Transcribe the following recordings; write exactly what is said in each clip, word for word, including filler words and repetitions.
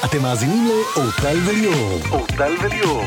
אתם מאזינים לאורטל וליאור. אורטל וליאור.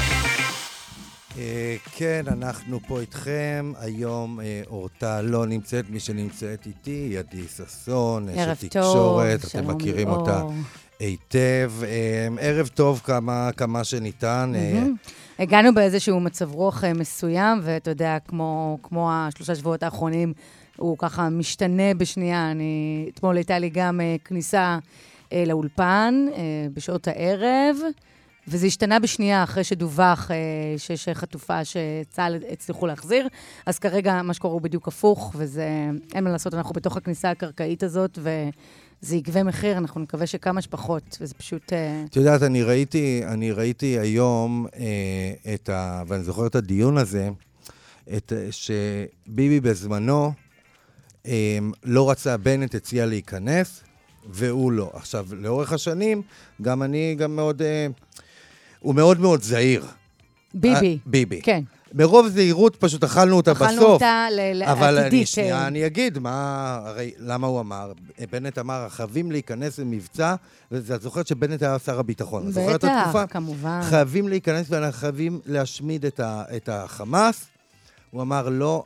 כן, אנחנו פה איתכם. היום אורטל לא נמצאת, מי שנמצאת איתי, ידי ששון, אשת תקשורת, אתם מכירים אותה היטב. ערב טוב כמה, כמה שניתן. הגענו באיזשהו מצב רוח מסוים, ואתה יודע, כמו, כמו השלושה שבועות האחרונים, הוא ככה משתנה בשנייה. אני, אתמול הייתה לי גם כניסה לאולפן בשעות הערב, וזה השתנה בשנייה אחרי שדווח שיש חטופה שצה"ל הצליחו להחזיר. אז כרגע מה שקורה הוא בדיוק הפוך, וזה, אין מה לעשות, אנחנו בתוך הכניסה הקרקעית הזאת, וזה יגבה מחיר, אנחנו נקווה שכמה שפחות, וזה פשוט... את יודעת, אני ראיתי, אני ראיתי היום את ה... ואני זוכר את הדיון הזה, את, שביבי בזמנו לא רצה, בנט הציע להיכנס, והוא לא. עכשיו, לאורך השנים, גם אני גם מאוד... הוא מאוד מאוד זהיר. ביבי. ביבי. כן. ברוב זהירות פשוט אכלנו אותה בסוף. אכלנו אותה לעתידית. אבל אני שנייה, אני אגיד, מה, הרי, למה הוא אמר? בנט אמר, חייבים להיכנס למבצע, ואת זוכרת שבנט היה שר הביטחון. בטח, כמובן. חייבים להיכנס ואנחנו חייבים להשמיד את, ה, את החמאס. הוא אמר, לא,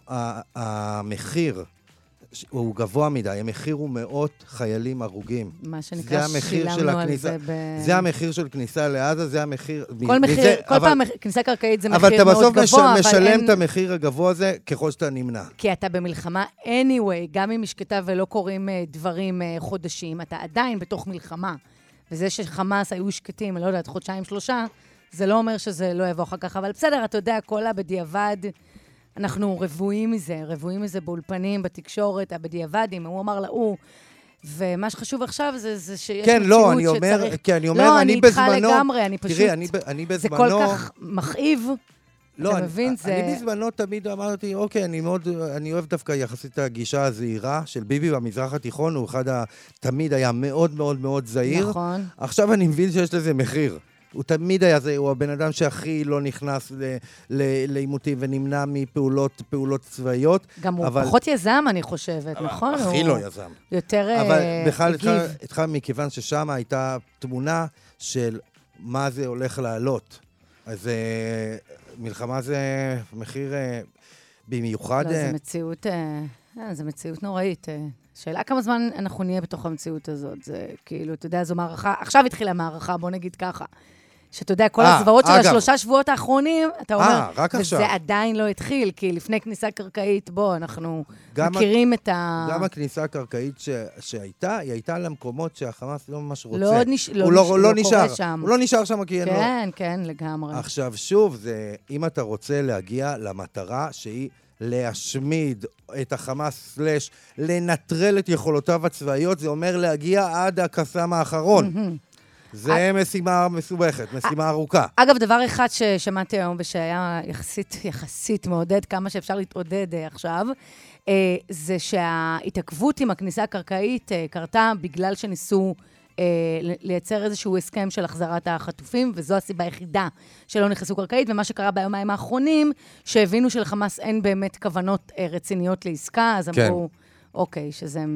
המחיר הוא גבוה מדי, המחיר הוא מאות חיילים הרוגים. מה שנקרא, שילמנו על זה ב... זה המחיר של כניסה לעזה, זה המחיר... כל מחיר, מזה, כל אבל, פעם כניסה קרקעית זה מחיר מאוד גבוה, אבל אתה בסוף משלם אין... את המחיר הגבוה הזה ככל שאתה נמנע. כי אתה במלחמה anyway, גם אם משקטה ולא קוראים דברים חודשים, אתה עדיין בתוך מלחמה. וזה שחמאס היו שקטים, אני לא יודעת, חודשיים, שלושה, זה לא אומר שזה לא יבוא אחר כך, אבל בסדר, אתה יודע, כל הבדיעבד... אנחנו רבועים מזה, רבועים מזה באולפנים, בתקשורת, הבדיעבדים, הוא אמר להוא, ומה שחשוב עכשיו זה, זה שיש כן, מציאות לא, אני אומר, שצריך... כן, אני אומר, לא, אני אני בזמנו... איתך לגמרי, אני פשוט... תראי, אני, אני בזמנו... זה כל כך מכאיב, לא, אתה אני, מבין, אני, זה... אני בזמנו תמיד אמרתי, אוקיי, אני מאוד, אני אוהב דווקא יחסית הגישה הזהירה של ביבי במזרח התיכון, הוא אחד ה... תמיד היה מאוד מאוד מאוד זהיר. נכון. עכשיו אני מבין שיש לזה מחיר. הוא תמיד היה זה, הוא הבן אדם שהכי לא נכנס לעימותים ונמנע מפעולות פעולות צבאיות. גם הוא אבל... פחות יזם, אני חושבת, נכון? הכי הוא... לא יזם. יותר הגיב. אבל בכלל, התחל מכיוון ששם הייתה תמונה של מה זה הולך לעלות. אז מלחמה זה מחיר במיוחד... לא, זה מציאות, זה מציאות נוראית. שאלה כמה זמן אנחנו נהיה בתוך המציאות הזאת. זה כאילו, אתה יודע, זו מערכה, עכשיו התחילה מערכה, בוא נגיד ככה. שאתה יודע, כל הזוועות של השלושה שבועות האחרונים, אתה אומר, וזה עדיין לא התחיל, כי לפני כניסה קרקעית, בוא, אנחנו מכירים את ה... גם הכניסה הקרקעית שהייתה, היא הייתה למקומות שהחמאס לא ממש רוצה. לא קורה שם. הוא לא נשאר שם כי אין לו. כן, כן, לגמרי. עכשיו, שוב, אם אתה רוצה להגיע למטרה שהיא להשמיד את החמאס סלש, לנטרל את יכולותיו הצבאיות, זה אומר להגיע עד הקסם האחרון. זה משימה מסובכת, משימה ארוכה. אגב, דבר אחד ששמעתי היום ושהיה יחסית, יחסית מעודד, כמה שאפשר להתעודד עכשיו, זה שההתעכבות עם הכניסה הקרקעית קרתה בגלל שניסו לייצר איזשהו הסכם של החזרת החטופים, וזו הסיבה היחידה שלא נכנסו קרקעית, ומה שקרה ביומיים האחרונים, שהבינו שלחמאס אין באמת כוונות רציניות לעסקה, אז אמרו, אוקיי,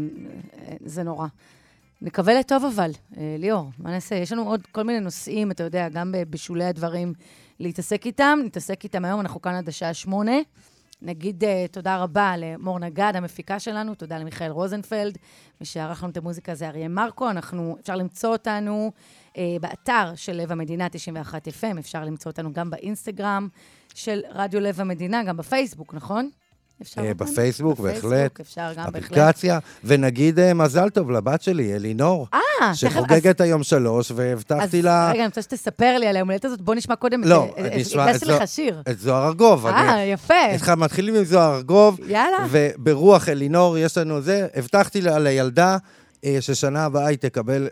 שזה נורא. נקווה לטוב אבל, ליאור, מה נעשה? יש לנו עוד כל מיני נושאים, אתה יודע, גם בשולי הדברים להתעסק איתם, נתעסק איתם היום, אנחנו כאן עד השעה שמונה. נגיד uh, תודה רבה למור נגד, המפיקה שלנו, תודה למיכאל רוזנפלד, מי שערך לנו את המוזיקה זה אריה מרקו, אנחנו, אפשר למצוא אותנו uh, באתר של לב המדינה תשעים ואחת אף אם, אפשר למצוא אותנו גם באינסטגרם של רדיו לב המדינה, גם בפייסבוק, נכון? בפייסבוק, בהחלט, אפליקציה, ונגיד מזל טוב לבת שלי, אלינור, שחוגגת היום שלוש, והבטחתי לה... רגע, אני רוצה שתספר לי על היום הולדת הזאת, בוא נשמע קודם, הגשתי לך שיר. את זוהר ארגוב. אה, יפה. מתחילים עם זוהר ארגוב, יאללה. וברוח אלינור יש לנו זה, הבטחתי לה לילדה, ששנה הבאה היא תקבל...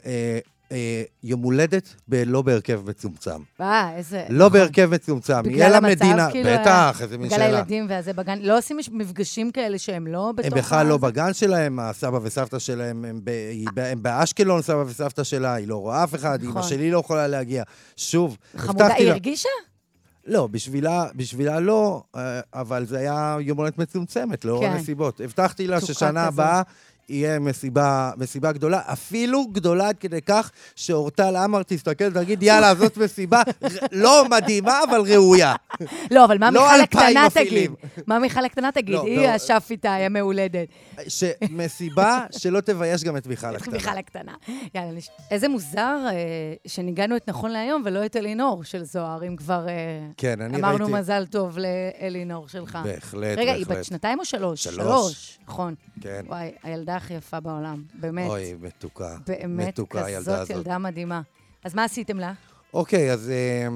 יום הולדת לא בהרכב מצומצם. אה, איזה... לא בהרכב מצומצם. בגלל המצב, כאילו... בטח, איזה מין שאלה. בגלל הילדים והזה בגן. לא עושים מפגשים כאלה שהם לא בתוך... הם בכלל לא בגן שלהם, הסבא וסבתא שלהם, הם באשקלון, סבא וסבתא שלה, היא לא רואה אף אחד, אמא שלי לא יכולה להגיע. שוב, חמודה, היא הרגישה? לא, בשבילה, בשבילה לא, אבל זה היה יום הולדת מצומצמת, לאור הנסיבות. הבטחתי לה ששנה הבאה יהיה מסיבה, מסיבה גדולה, אפילו גדולה עד כדי כך שאורטל אמר תסתכל ותגיד, יאללה, זאת מסיבה לא מדהימה, אבל ראויה. לא, אבל מה לא מיכל אלפיים הקטנה מפעילים. תגיד? מה מיכל הקטנה תגיד? לא, היא לא. השף איתה, היא המהולדת. שמסיבה שלא תבייש גם את מיכל הקטנה. מיכל הקטנה. יאללה, נש... איזה מוזר אה, שניגענו את נכון להיום ולא את אלינור של זוהר, אם כבר אה, כן, אני אמרנו ראיתי... מזל טוב לאלינור שלך. בהחלט, רגע, בהחלט. היא בת שנתיים או שלוש? שלוש. שלוש, נכון. כן. וואי, הילדה הכי יפה בעולם, באמת. אוי, מתוקה. באמת מתוקה, הילדה כזאת הזאת. ילדה מדהימה. אז מה עשיתם לה? אוקיי, אז אה,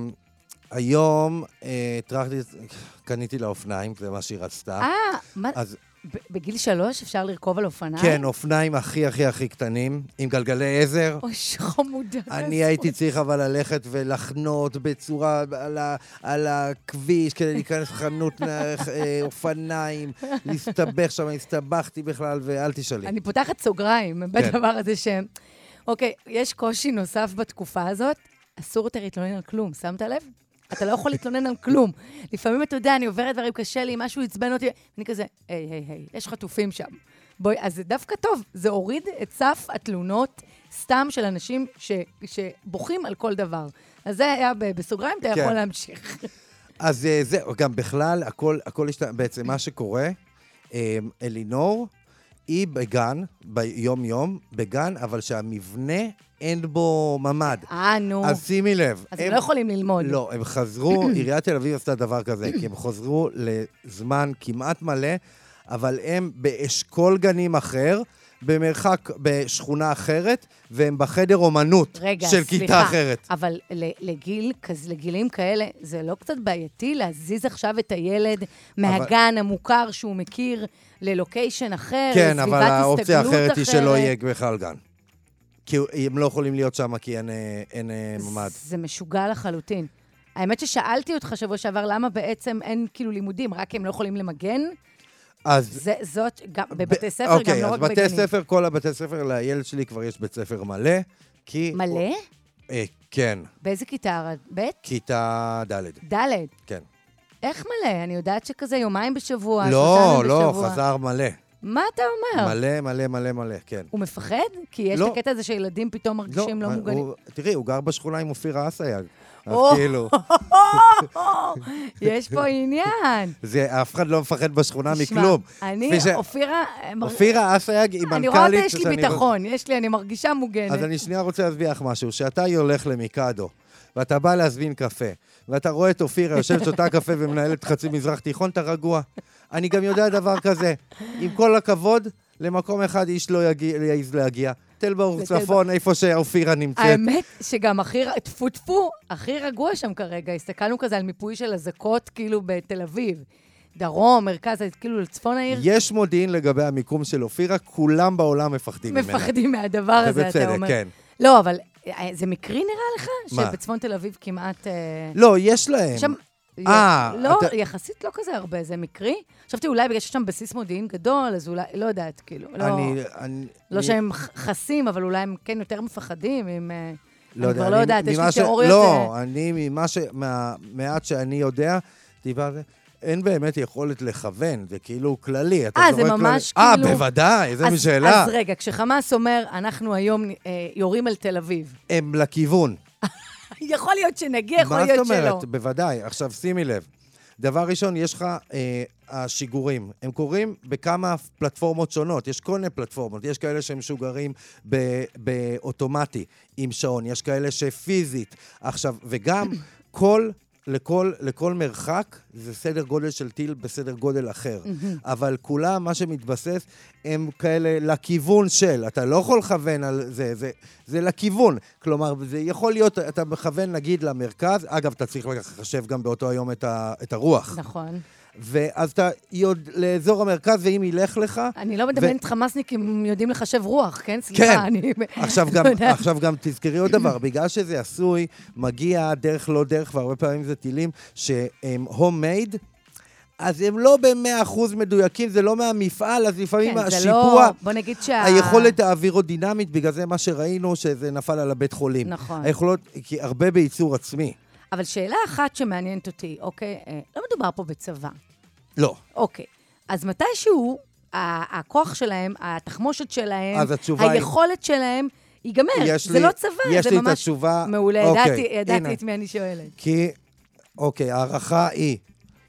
היום אה, טרחתי, קניתי לה אופניים, זה מה שהיא רצתה. אה, מה? אז ב- בגיל שלוש אפשר לרכוב על אופניים? כן, אופניים הכי הכי הכי קטנים, עם גלגלי עזר. אוי, חמודה. אני הייתי צריך אבל ללכת ולחנות בצורה על, ה, על הכביש כדי להיכנס לחנות אה, אופניים, להסתבך שם, הסתבכתי בכלל, ואל תשאלי. אני פותחת סוגריים בדבר הזה ש... אוקיי, יש קושי נוסף בתקופה הזאת, אסור יותר להתלונן על כלום, שמת לב? אתה לא יכול להתלונן על כלום. לפעמים אתה יודע, אני עוברת דברים, קשה לי, משהו עצבן אותי, אני כזה, היי, היי, היי, יש חטופים שם. בואי, אז זה דווקא טוב, זה הוריד את סף התלונות סתם של אנשים ש, שבוכים על כל דבר. אז זה היה ב- בסוגריים, אתה כן. יכול להמשיך. אז אה, זהו, גם בכלל, הכל, הכל השת... בעצם מה שקורה, אה, אלינור, היא בגן, ביום-יום, בגן, אבל שהמבנה אין בו ממד. אה, נו. אז שימי לב. אז הם לא יכולים ללמוד. לא, הם חזרו, עיריית תל אביב עשתה דבר כזה, כי הם חזרו לזמן כמעט מלא, אבל הם באשכול גנים אחר, במרחק בשכונה אחרת, והם בחדר אומנות רגע, של סליחה, כיתה אחרת. אבל ל- לגיל, כזה, לגילים כאלה, זה לא קצת בעייתי להזיז עכשיו את הילד מהגן המוכר שהוא מכיר ללוקיישן אחר, כן, לסביבת אבל האופציה הסתגלות האחרת היא אחרת? שלא יהיה בכלל גן. כי הם לא יכולים להיות שם, כי אין, אה, אין אה, ממ"ד. זה משוגע לחלוטין. האמת ששאלתי אותך שבוע שעבר, למה בעצם אין כאילו לימודים, רק הם לא יכולים למגן? אז... זה, זאת, גם בבתי ספר, אוקיי, גם לא רק אז בגנים. בתי ספר, כל הבתי ספר, לילד שלי כבר יש בית ספר מלא, כי... מלא? אה, כן, באיזה כיתה? ב'? כיתה ד', ד'? כן. איך מלא? אני יודעת שכזה יומיים בשבוע, לא, שלושה לא, בשבוע. חזר מלא. מה אתה אומר? מלא, מלא, מלא, מלא, כן. הוא מפחד? כי יש לא. את הקטע הזה שילדים פתאום מרגישים לא מוגנים. הוא- תראי, הוא גר בשכונה עם אופירה אסייג. אז או. כאילו, יש פה עניין. זה, אף אחד לא מפחד בשכונה תשמע, מכלום. אני, כפי ש- אופירה... מר- אופירה אסייג היא אני רואה אותה, מנכ"לית... יש לי שאני- ביטחון, יש לי, אני מרגישה מוגנת. אז אני שנייה רוצה להסביר לך משהו. שאתה הולך למיקדו, ואתה בא להזמין קפה, ואתה רואה את אופירה יושבת שותה קפה ומנהלת חצי מזרח תיכון, אתה רגוע. אני גם יודע דבר כזה. עם כל הכבוד, למקום אחד איש לא יגיע- יעז להגיע. תל ברוך לתל צפון, איפה שאופירה נמצאת. האמת שגם הכי, ר- טפו טפו, הכי רגוע שם כרגע. הסתכלנו כזה על מיפוי של אזעקות, כאילו בתל אביב. דרום, מרכז, כאילו לצפון העיר. יש מודיעין לגבי המיקום של אופירה, כולם בעולם מפחדים ממנה. מפחדים מהדבר הזה, אתה ובצדק, אומר. כן. לא, אבל אה, זה מקרי נראה לך? מה? שבצפון תל אביב כמעט... אה, לא, יש להם. שם... אה, לא, אתה- יחסית לא כזה הרבה, זה מקרי. חשבתי אולי בגלל שיש שם בסיס מודיעין גדול, אז אולי, לא יודעת, כאילו. לא, אני... אני- לא אני- שהם ח- חסים, אבל אולי הם כן יותר מפחדים, אם... אה, לא אני יודע, כבר לא יודעת, יש ממה לי ש- תיאוריות... לא, אה, אני ממה ש... מהמעט שאני יודע, דיבר זה, אין באמת יכולת לכוון, זה כאילו כללי. אתה אה, זורק זה ממש כללי. כאילו- אה, בוודאי, איזה אז- משאלה. אז רגע, כשחמאס אומר, אנחנו היום אה, יורים על תל אביב, הם לכיוון. יכול להיות שנגיע, יכול מה להיות זאת שלא. אומרת? בוודאי. עכשיו, שימי לב. דבר ראשון, יש לך אה, השיגורים. הם קורים בכמה פלטפורמות שונות. יש כל מיני פלטפורמות. יש כאלה שהם משוגרים ב- באוטומטי, עם שעון. יש כאלה שפיזית. עכשיו, וגם כל... לכל, לכל מרחק זה סדר גודל של טיל בסדר גודל אחר. אבל כולם, מה שמתבסס, הם כאלה לכיוון של. אתה לא יכול לכוון על זה, זה, זה לכיוון. כלומר, זה יכול להיות, אתה מכוון נגיד למרכז, אגב, אתה צריך לחשב גם באותו היום את, ה, את הרוח. נכון. ואז אתה יודע לאזור המרכז, ואם ילך לך... אני לא מדמיינת חמאסניקים יודעים לחשב רוח, כן? סליחה, כן. אני... עכשיו גם, לא יודעת. עכשיו גם תזכרי עוד דבר, בגלל שזה עשוי, מגיע דרך לא דרך, והרבה פעמים זה טילים שהם הום-מייד, אז הם לא במאה אחוז מדויקים, זה לא מהמפעל, אז לפעמים כן, זה השיפוע, לא... בוא נגיד שה... היכולת האווירודינמית, בגלל זה מה שראינו, שזה נפל על הבית חולים. נכון. היכולות, כי הרבה בייצור עצמי. אבל שאלה אחת שמעניינת אותי, אוקיי? אה, לא מדובר פה בצבא. לא. אוקיי. אז מתישהו הכוח שלהם, התחמושת שלהם, אז התשובה היכולת שלהם, ייגמר. זה לי, לא צבא, יש זה לי ממש... את התשובה. מעולה, אוקיי, ידעתי, ידעתי את מי אני שואלת. כי, אוקיי, הערכה היא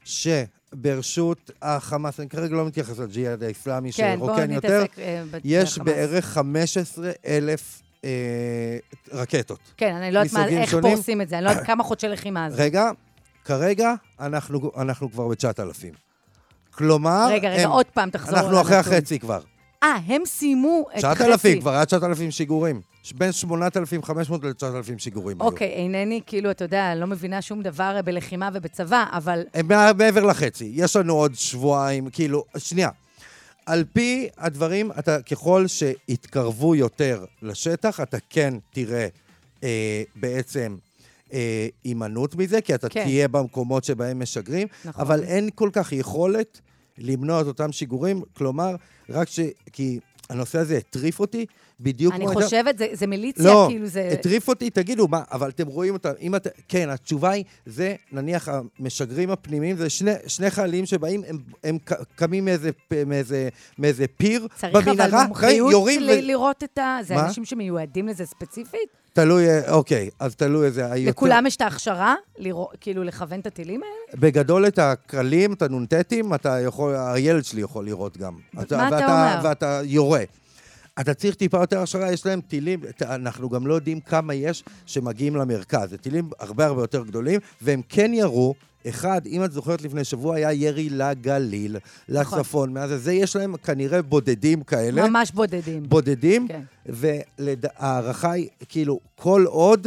שברשות החמאס, אני כרגע לא מתייחס לג'יהאד האסלאמי, כן, שרוקן יותר, uh, יש בערך חמישה עשר אלף אה, רקטות. כן, אני לא יודעת מה, איך שונים. פורסים את זה, אני לא יודעת כמה חודשי לחימה זה. רגע, כרגע אנחנו, אנחנו כבר ב-תשעת אלפים. כלומר... רגע, רגע, הם, עוד פעם תחזור. אנחנו אחרי החצי כבר. אה, הם סיימו את חצי. תשעת אלפים, כבר היה תשעת אלפים שיגורים. בין שמונת אלפים וחמש מאות ל-תשעת אלפים שיגורים. אוקיי, אינני, כאילו, אתה יודע, לא מבינה שום דבר בלחימה ובצבא, אבל... מעבר לחצי. יש לנו עוד שבועיים, כאילו, שנייה. על פי הדברים, אתה ככל שהתקרבו יותר לשטח, אתה כן תראה אה, בעצם אה, אימנות מזה, כי אתה כן. תהיה במקומות שבהם משגרים, נכון. אבל אין כל כך יכולת למנוע את אותם שיגורים, כלומר, רק ש... כי הנושא הזה הטריף אותי, בדיוק אני כמו... אני חושבת, זה, זה מיליציה, לא, כאילו זה... לא, הטריף אותי, תגידו, מה, אבל אתם רואים אותם, אם אתה... כן, התשובה היא, זה, נניח, המשגרים הפנימיים, זה שני, שני חיילים שבאים, הם, הם קמים מאיזה, מאיזה, מאיזה פיר במנהרה, צריך אבל מומחיות יורים ל- ו... לראות את ה... זה מה? אנשים שמיועדים לזה ספציפית? תלוי, אוקיי, אז תלוי איזה... לכולם יש את ההכשרה, לראות, כאילו לכוון את הטילים האלה? בגדול את הקרלים, את הנונטטים, אתה יכול, הילד שלי יכול לראות גם. מה אתה, אתה ואתה, אומר? ואתה יורה. אתה צריך טיפה יותר הכשרה, יש להם טילים, אנחנו גם לא יודעים כמה יש שמגיעים למרכז. זה טילים הרבה הרבה יותר גדולים, והם כן ירו, אחד, אם את זוכרת לפני שבוע, היה ירי לגליל, לצפון, מאז זה יש להם כנראה בודדים כאלה. ממש בודדים. בודדים, כן. והערכה היא, כאילו, כל עוד,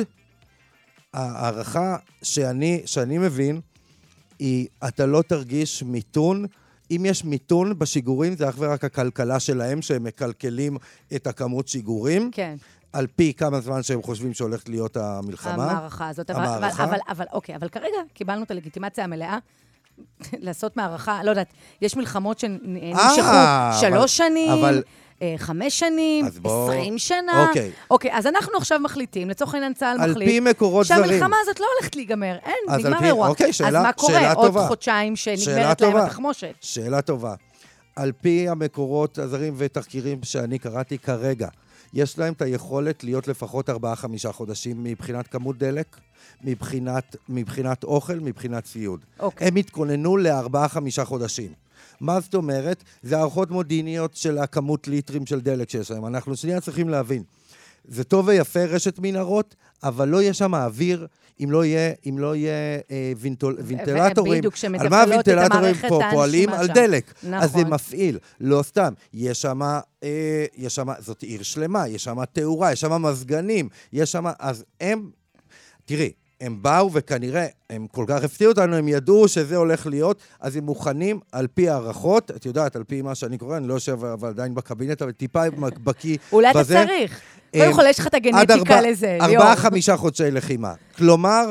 הערכה שאני, שאני מבין, היא, אתה לא תרגיש מיתון, אם יש מיתון בשיגורים, זה אך ורק הכלכלה שלהם, שהם מקלקלים את הכמות שיגורים. כן. על פי כמה זמן שהם חושבים שהולכת להיות המלחמה. המערכה הזאת. המערכה. אבל, אבל, אבל, אוקיי, אבל כרגע קיבלנו את הלגיטימציה המלאה, לעשות מערכה, לא יודעת, יש מלחמות שנמשכו שלוש שנים, אבל... חמש שנים, בוא... עשרים שנה. אוקיי. אוקיי, אז אנחנו עכשיו מחליטים, לצורך העניין צה"ל מחליט. על פי מקורות זרים. שהמלחמה הזאת לא הולכת להיגמר, אין, נגמר פי... אירוע. אוקיי, שאלה, אז מה קורה? שאלה עוד טובה. חודשיים שנגמרת להם התחמושת. שאלה טובה. על פי המקורות הזרים ותחקירים שאני קראתי כרגע, יש להם את היכולת להיות לפחות ארבעה, חמישה חודשים מבחינת כמות דלק, מבחינת, מבחינת אוכל, מבחינת ציוד. אוקיי. הם התכוננו לארבעה, חמישה חודשים. מה זאת אומרת? זה הערכות מודיעיניות של הכמות ליטרים של דלק שיש להם. אנחנו שנייה צריכים להבין. זה טוב ויפה רשת מנהרות, אבל לא יהיה שם האוויר, אם לא יהיה, אם לא יהיה אה, וינטול, וינטלטורים. בדיוק, על מה הוינטלטורים פה פועלים? על דלק. נכון. אז זה מפעיל, לא סתם. יש שם, אה, יש שם, זאת עיר שלמה, יש שם תאורה, יש שם מזגנים, יש שם, אז הם, תראי, הם באו וכנראה, הם כל כך הפתיעו אותנו, הם ידעו שזה הולך להיות, אז הם מוכנים על פי הערכות, את יודעת, על פי מה שאני קורא, אני לא יושב אבל עדיין בקבינט, אבל טיפה בקי בזה. אולי אתה צריך. קודם כל, יש לך את הגנטיקה לזה. ארבעה, חמישה חודשי לחימה. כלומר,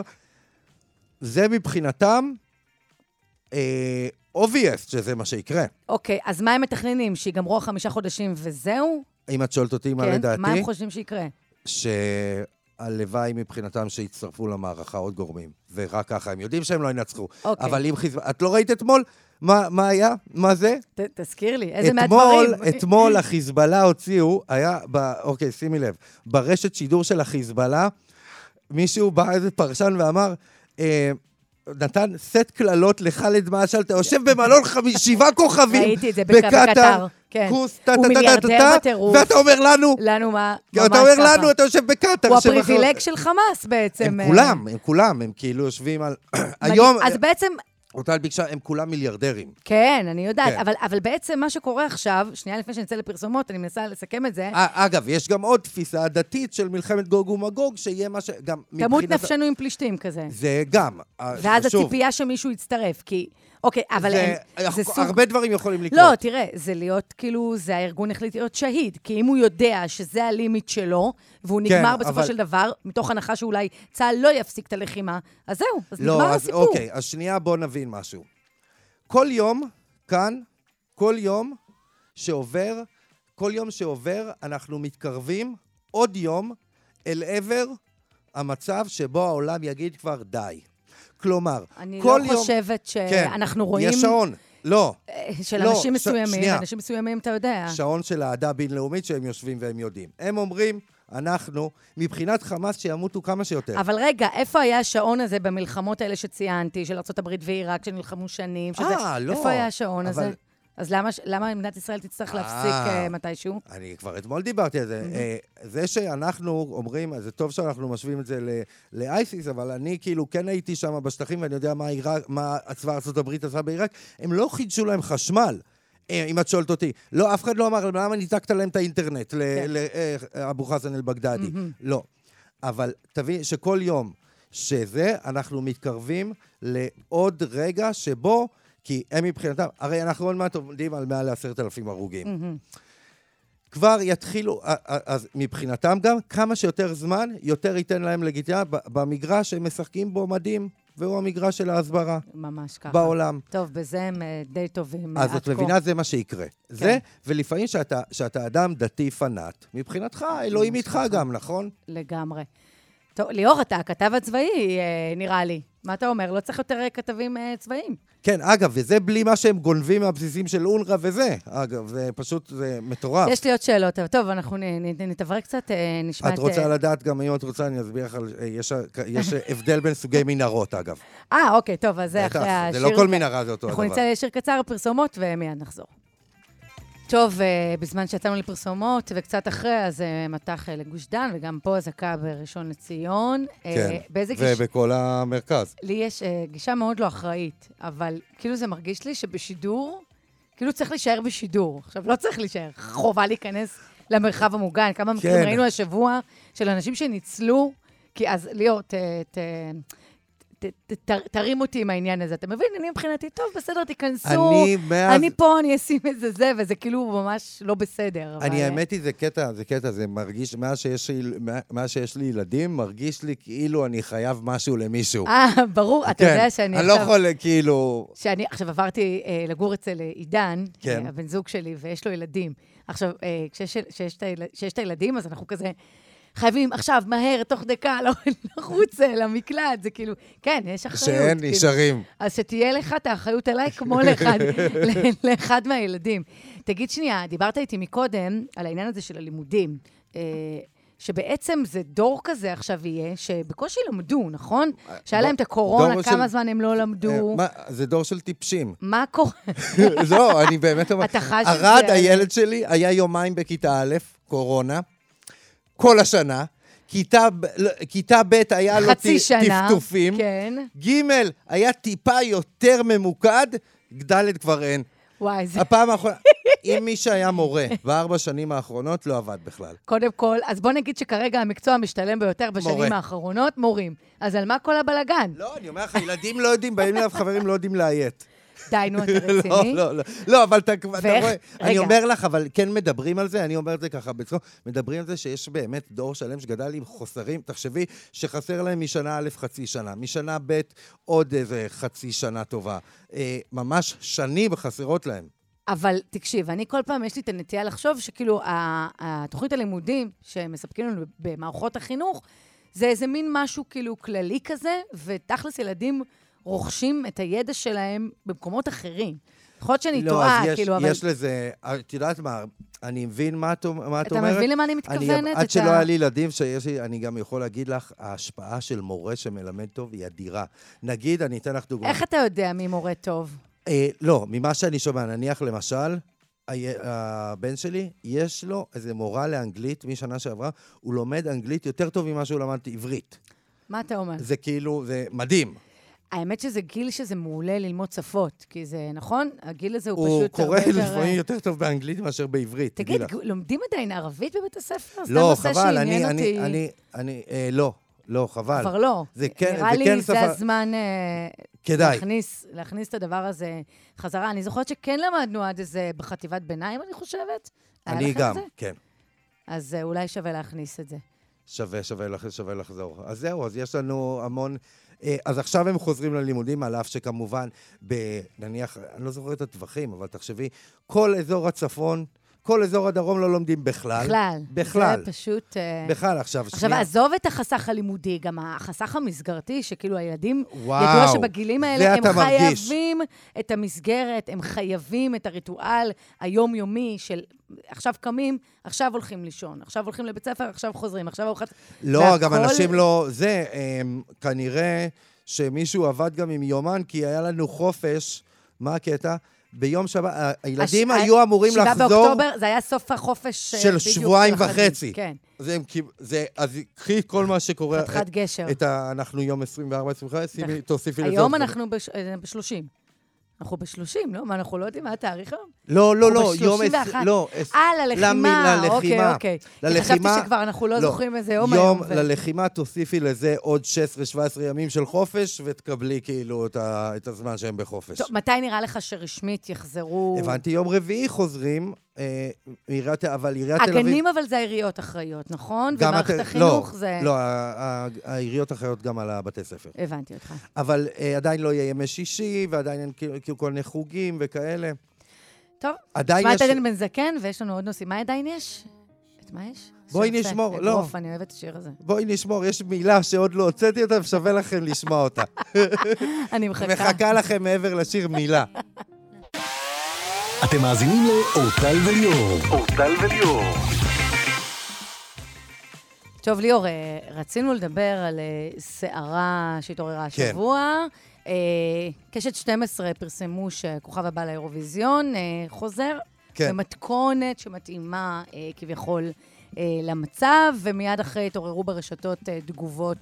זה מבחינתם, obvious שזה מה שיקרה. אוקיי, אז מה הם מתכננים? שיגמרו חמישה חודשים וזהו? אם את שואלת אותי מה לדעתי? מה הם חושבים שיקרה? ש... הלוואי מבחינתם שהצטרפו למערכה עוד גורמים, ורק ככה, הם יודעים שהם לא ינצחו. אוקיי. אבל אם חיזבאללה, את לא ראית אתמול? מה, מה היה? מה זה? ת, תזכיר לי, איזה אתמול, מהדברים? אתמול החיזבאללה הוציאו, היה, ב, אוקיי, שימי לב, ברשת שידור של החיזבאללה, מישהו בא איזה פרשן ואמר, אה, נתן סט כללות לחלד משעל, אתה יושב במלון שבעה כוכבים, ראיתי את זה בקטר, כן. כוס, טה, הוא טה, מיליארדר בטירוף. ואתה אומר לנו, לנו מה, ממש ככה. אתה אומר לנו, אתה יושב בקטר. הוא הפריבילג של חמאס בעצם. הם כולם, הם כולם, הם כאילו יושבים על... היום... אז בעצם... אותה ביקשה, הם כולם מיליארדרים. כן, אני יודעת, אבל, אבל בעצם מה שקורה עכשיו, שנייה לפני שנצא לפרסומות, אני מנסה לסכם את זה. אגב, יש גם עוד תפיסה דתית של מלחמת גוג ומגוג, שיהיה מה ש... גם תמות נפשנו עם פלישתים כזה. זה גם. ואז הציפייה שמישהו יצטרף, כי... אוקיי, אבל זה, הם, זה סוג... הרבה דברים יכולים לקרות. לא, תראה, זה להיות, כאילו, זה הארגון החליט להיות שהיד, כי אם הוא יודע שזה הלימיט שלו, והוא כן, נגמר בסופו אבל... של דבר, מתוך הנחה שאולי צה"ל לא יפסיק את הלחימה, אז זהו, אז לא, נגמר אז, הסיפור. אוקיי, אז שנייה בוא נבין משהו. כל יום, כאן, כל יום שעובר, כל יום שעובר, אנחנו מתקרבים עוד יום אל עבר המצב שבו העולם יגיד כבר די. כלומר, אני כל לא יום... חושבת שאנחנו כן, רואים... יש שעון. לא. של לא, אנשים ש- מסוימים, שנייה. אנשים מסוימים, אתה יודע. שעון של העדה בינלאומית שהם יושבים והם יודעים. הם אומרים, אנחנו, מבחינת חמאס שימותו כמה שיותר. אבל רגע, איפה היה השעון הזה במלחמות האלה שציינתי, של ארצות הברית ועיראק, שנלחמו שנים? שזה... אה, לא. איפה היה השעון אבל... הזה? אז למה, למה מדינת ישראל תצטרך להפסיק אה, uh, מתישהו? אני כבר אתמול דיברתי על זה. Mm-hmm. זה שאנחנו אומרים, זה טוב שאנחנו משווים את זה לאייסיס, אבל אני כאילו כן הייתי שם בשטחים, ואני יודע מה, עיראק, מה צבא ארצות הברית עשה בעיראק, הם לא חידשו להם חשמל. אם את שואלת אותי. לא, אף אחד לא אמר, למה ניתקת להם את האינטרנט לאבו חסן אל-בגדדי? לא. אבל תבין שכל יום שזה, אנחנו מתקרבים לעוד רגע שבו, כי הם מבחינתם, הרי אנחנו עוד מעט עומדים על מעל לעשרת אלפים הרוגים. כבר יתחילו, אז מבחינתם גם, כמה שיותר זמן, יותר ייתן להם לגיטימציה במגרש שהם משחקים בו מדהים. והוא המגרש של ההסברה. ממש ככה. בעולם. טוב, בזה הם די טובים. אז את מבינה, זה מה שיקרה. כן. זה, ולפעמים שאתה, שאתה אדם דתי פנאט, מבחינתך, אלוהים איתך גם, נכון? לגמרי. טוב, ליאור, אתה הכתב הצבאי, נראה לי. מה אתה אומר? לא צריך יותר כתבים צבאיים. כן, אגב, וזה בלי מה שהם גונבים מהבסיסים של אונר"א וזה. אגב, זה פשוט, זה מטורף. יש לי עוד שאלות. טוב, אנחנו נתעבר קצת, נשמע את... את רוצה לדעת, גם אם את רוצה, אני אסביר לך, יש הבדל בין סוגי מנהרות, אגב. אה, אוקיי, טוב, אז זה אחרי השיר... זה לא כל מנהרה, זה אותו הדבר. אנחנו נצא לשיר קצר, פרסומות, ומיד נחזור. טוב, בזמן שיצאנו לפרסומות, וקצת אחרי, אז מתח לגוש דן, וגם פה הזקה בראשון לציון. כן, ובכל המרכז. לי יש גישה מאוד לא אחראית, אבל כאילו זה מרגיש לי שבשידור, כאילו צריך להישאר בשידור. עכשיו, לא צריך להישאר, חובה להיכנס למרחב המוגן. כמה מקרים ראינו השבוע של אנשים שניצלו, כי אז להיות... תרים אותי עם העניין הזה. אתה מבין? אני מבחינתי, טוב, בסדר, תיכנסו. אני פה, אני אשים את זה זה, וזה כאילו ממש לא בסדר. אני, האמת היא, זה קטע, זה קטע, זה מרגיש, מה שיש לי ילדים, מרגיש לי כאילו אני חייב משהו למישהו. אה, ברור, אתה יודע שאני עכשיו... אני לא יכול, כאילו... שאני עכשיו עברתי לגור אצל עידן, הבן זוג שלי, ויש לו ילדים. עכשיו, כשיש את הילדים, אז אנחנו כזה... חייבים עכשיו, מהר, תוך דקה, לחוץ למקלט, זה כאילו, כן, יש אחריות. שאין, נשארים. אז שתהיה לך את האחריות עליי כמו לאחד מהילדים. תגיד שנייה, דיברת איתי מקודם על העניין הזה של הלימודים, שבעצם זה דור כזה עכשיו יהיה, שבקושי למדו, נכון? שהיה להם את הקורונה, כמה זמן הם לא למדו. זה דור של טיפשים. מה קורה? לא, אני באמת אומר. אתה חש את זה. ארד, הילד שלי, היה יומיים בכיתה א', קורונה. כל השנה, כיתה, כיתה ב' היה לו טפטופים, כן. ג' היה טיפה יותר ממוקד, ד' כבר אין. וואי, זה... הפעם האחרונה, אם מי שהיה מורה בארבע שנים האחרונות, לא עבד בכלל. קודם כל, אז בוא נגיד שכרגע המקצוע משתלם ביותר בשנים מורה. האחרונות, מורים. אז על מה כל הבלגן? לא, אני אומר לך, ילדים לא יודעים, באים אליו חברים לא יודעים להיית. די, נו, אתה רציני? לא, לא, לא, אבל אתה רואה, אני אומר לך, אבל כן מדברים על זה, אני אומר את זה ככה בצחוק, מדברים על זה שיש באמת דור שלם שגדל עם חוסרים, תחשבי שחסר להם משנה א' חצי שנה, משנה ב' עוד איזה חצי שנה טובה, ממש שנים חסרות להם. אבל תקשיב, אני כל פעם יש לי את הנטייה לחשוב שכאילו התוכנית הלימודים שמספקים לנו במערכות החינוך, זה איזה מין משהו כאילו כללי כזה, ותכלס ילדים רוכשים את הידע שלהם במקומות אחרים. יכול להיות שאני טועה, כאילו, אבל... לא, אז יש לזה, את יודעת מה, אני מבין מה את אומרת. אתה מבין למה אני מתכוונת? עד שלא היה לי ילדים שיש לי, אני גם יכול להגיד לך, ההשפעה של מורה שמלמד טוב היא אדירה. נגיד, אני אתן לך דוגמא. איך אתה יודע מי מורה טוב? לא, ממה שאני שומע, נניח למשל, הבן שלי, יש לו איזה מורה לאנגלית משנה שעברה, הוא לומד אנגלית יותר טוב ממה שהוא למד עברית. מה אתה אומר? זה כאילו, זה מדהים. האמת שזה גיל שזה מעולה ללמוד שפות, כי זה נכון, הגיל הזה הוא פשוט... הוא קורא לפעמים יותר טוב באנגלית מאשר בעברית. תגיד, לומדים עדיין ערבית בבית הספר? לא, חבל, אני, אני, אני, אני, לא, לא, חבל. כבר לא. נראה לי זה הזמן להכניס את הדבר הזה חזרה. אני זוכרת שכן למדנו עד איזה בחטיבת ביניים, אני חושבת. אני גם, כן. אז אולי שווה להכניס את זה. שווה, שווה, שווה לחזור. אז זהו, אז יש לנו המון... אז עכשיו הם חוזרים ללימודים, על אף שכמובן, נניח, אני לא זוכר את הטווחים, אבל תחשבי, כל אזור הצפון כל אזור הדרום לא לומדים בכלל. בכלל. בכלל. זה פשוט... בכלל, עכשיו, עכשיו, שנייה. עזוב את החסך הלימודי, גם החסך המסגרתי, שכאילו הילדים, וואו, ידוע שבגילים האלה הם מרגיש. חייבים את המסגרת, הם חייבים את הריטואל היומיומי של עכשיו קמים, עכשיו הולכים לישון, עכשיו הולכים לבית ספר, עכשיו חוזרים, עכשיו ארוחת... לא, והכל... גם אנשים לא... זה, הם, כנראה שמישהו עבד גם עם יומן, כי היה לנו חופש, מה הקטע? ביום שבת, הילדים הש... היו אמורים לחזור... שבעה באוקטובר, זה היה סוף החופש... של שבועיים וחצי. כן. זה, זה, אז קחי כל מה שקורה... חתיכת גשר. את ה, אנחנו יום עשרים וארבע עשרים וחמש, תוסיפי לזה... היום אנחנו ב-שלושים. אנחנו ב-שלושים, לא? מה, אנחנו לא יודעים מה התאריך היום? לא, לא, לא, יום... לא. אה, ללחימה. אוקיי, אוקיי. ללחימה... חשבתי שכבר אנחנו לא זוכרים איזה יום היום. היום. ללחימה תוסיפי לזה עוד שש עשרה שבע עשרה ימים של חופש, ותקבלי כאילו את הזמן שהם בחופש. טוב, מתי נראה לך שרשמית יחזרו... הבנתי, יום רביעי חוזרים, אבל עיריית תל אביב... הגנים אבל זה העיריות אחראיות, נכון? ומערכת החינוך זה... לא, העיריות אחראיות גם על הבתי ספר. הבנתי אותך. אבל עדיין לא יהיה ימי שישי, ועדיין אין כאילו כל מיני חוגים וכאלה. טוב, תשמע את עדן בן זקן, ויש לנו עוד נושאים. מה עדיין יש? את מה יש? בואי נשמור, לא. אוף, אני אוהבת את השיר הזה. בואי נשמור, יש מילה שעוד לא הוצאתי אותה, ושווה לכם לשמוע אותה. אני מחכה. מחכה לכם מעבר לשיר מילה. אתם מאזינים לאורטל וליאור. אורטל וליאור. טוב, ליאור, רצינו לדבר על סערה שהתעוררה השבוע. קשת שתים עשרה פרסמו שכוכב הבא לאירוויזיון חוזר במתכונת שמתאימה כביכול למצב, ומיד אחרי התעוררו ברשתות תגובות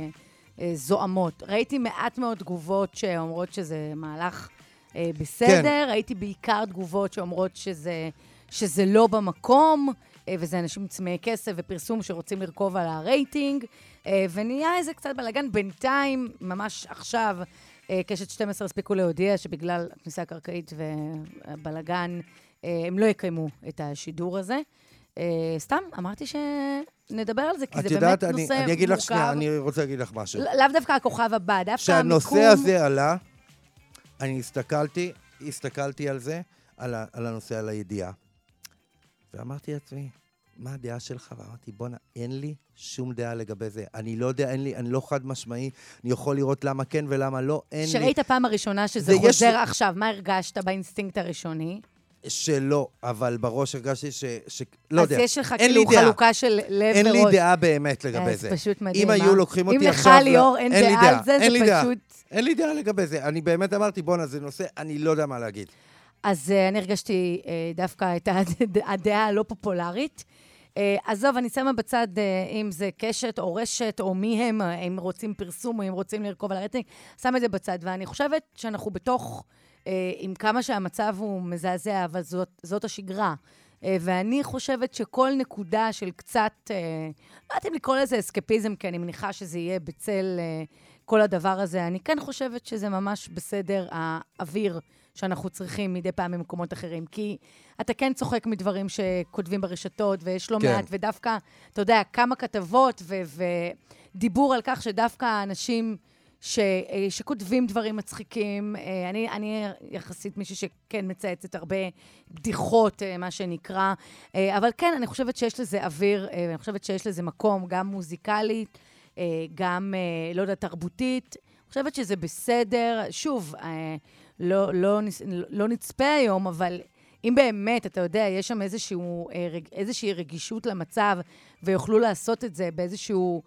זועמות. ראיתי מעט מאוד תגובות שאומרות שזה מהלך בסדר, כן. ראיתי בעיקר תגובות שאומרות שזה, שזה לא במקום, וזה אנשים צמאי כסף ופרסום שרוצים לרכוב על הרייטינג, ונהיה איזה קצת בלגן. בינתיים, ממש עכשיו, קשת שתים עשרה הספיקו להודיע שבגלל הכניסה הקרקעית ובלגן, הם לא יקיימו את השידור הזה. סתם, אמרתי שנדבר על זה, כי זה באמת אני, נושא אני מורכב. אגיד לך שנייה, אני רוצה להגיד לך משהו. לאו דווקא הכוכב הבא, דווקא שהנושא המיקום... הזה עלה, אני הסתכלתי, הסתכלתי על זה, על, ה, על הנושא, על הידיעה. ואמרתי לעצמי, מה הדעה שלך? ואמרתי, בונה, אין לי שום דעה לגבי זה. אני לא יודע, אין לי, אני לא חד משמעי, אני יכול לראות למה כן ולמה לא, אין לי... שראית פעם הראשונה שזה חוזר יש... עכשיו, מה הרגשת באינסטינקט הראשוני? שלא, אבל בראש הרגשתי ש... ש... לא יודע. אז יש לך כאילו חלוקה של לב וראש. אין לי דעה באמת לגבי זה. אז פשוט מדהים. אם היו לוקחים אותי עכשיו... אם לך ליאור אין דעה על זה, זה פשוט... אין לי דעה לגבי זה. אני באמת אמרתי, בונה, זה נושא, אני לא יודע מה להגיד. אז אני הרגשתי דווקא את הדעה הלא פופולרית. עזוב, אני שמה בצד אם זה קשת או רשת, או מי הם, אם רוצים פרסום, או אם רוצים לרכוב על הרייטינג, שם את זה בצד. ואני חושבת שאנחנו בתוך... עם כמה שהמצב הוא מזעזע, אבל זאת, זאת השגרה. ואני חושבת שכל נקודה של קצת, לא יודעת אם לקרוא לזה אסקפיזם, כי אני מניחה שזה יהיה בצל כל הדבר הזה. אני כן חושבת שזה ממש בסדר האוויר שאנחנו צריכים מדי פעם במקומות אחרים. כי אתה כן צוחק מדברים שכותבים ברשתות, ויש לא כן. מעט, ודווקא, אתה יודע, כמה כתבות ו- ודיבור על כך שדווקא אנשים... ש, שכותבים דברים מצחיקים. אני, אני יחסית מישהי שכן מצייצת הרבה בדיחות, מה שנקרא. אבל כן, אני חושבת שיש לזה אוויר, ואני חושבת שיש לזה מקום, גם מוזיקלית, גם, לא יודע, תרבותית. אני חושבת שזה בסדר. שוב, לא, לא, לא נצפה היום, אבל אם באמת, אתה יודע, יש שם איזשהו, איזושהי רגישות למצב, ויוכלו לעשות את זה באיזשהו...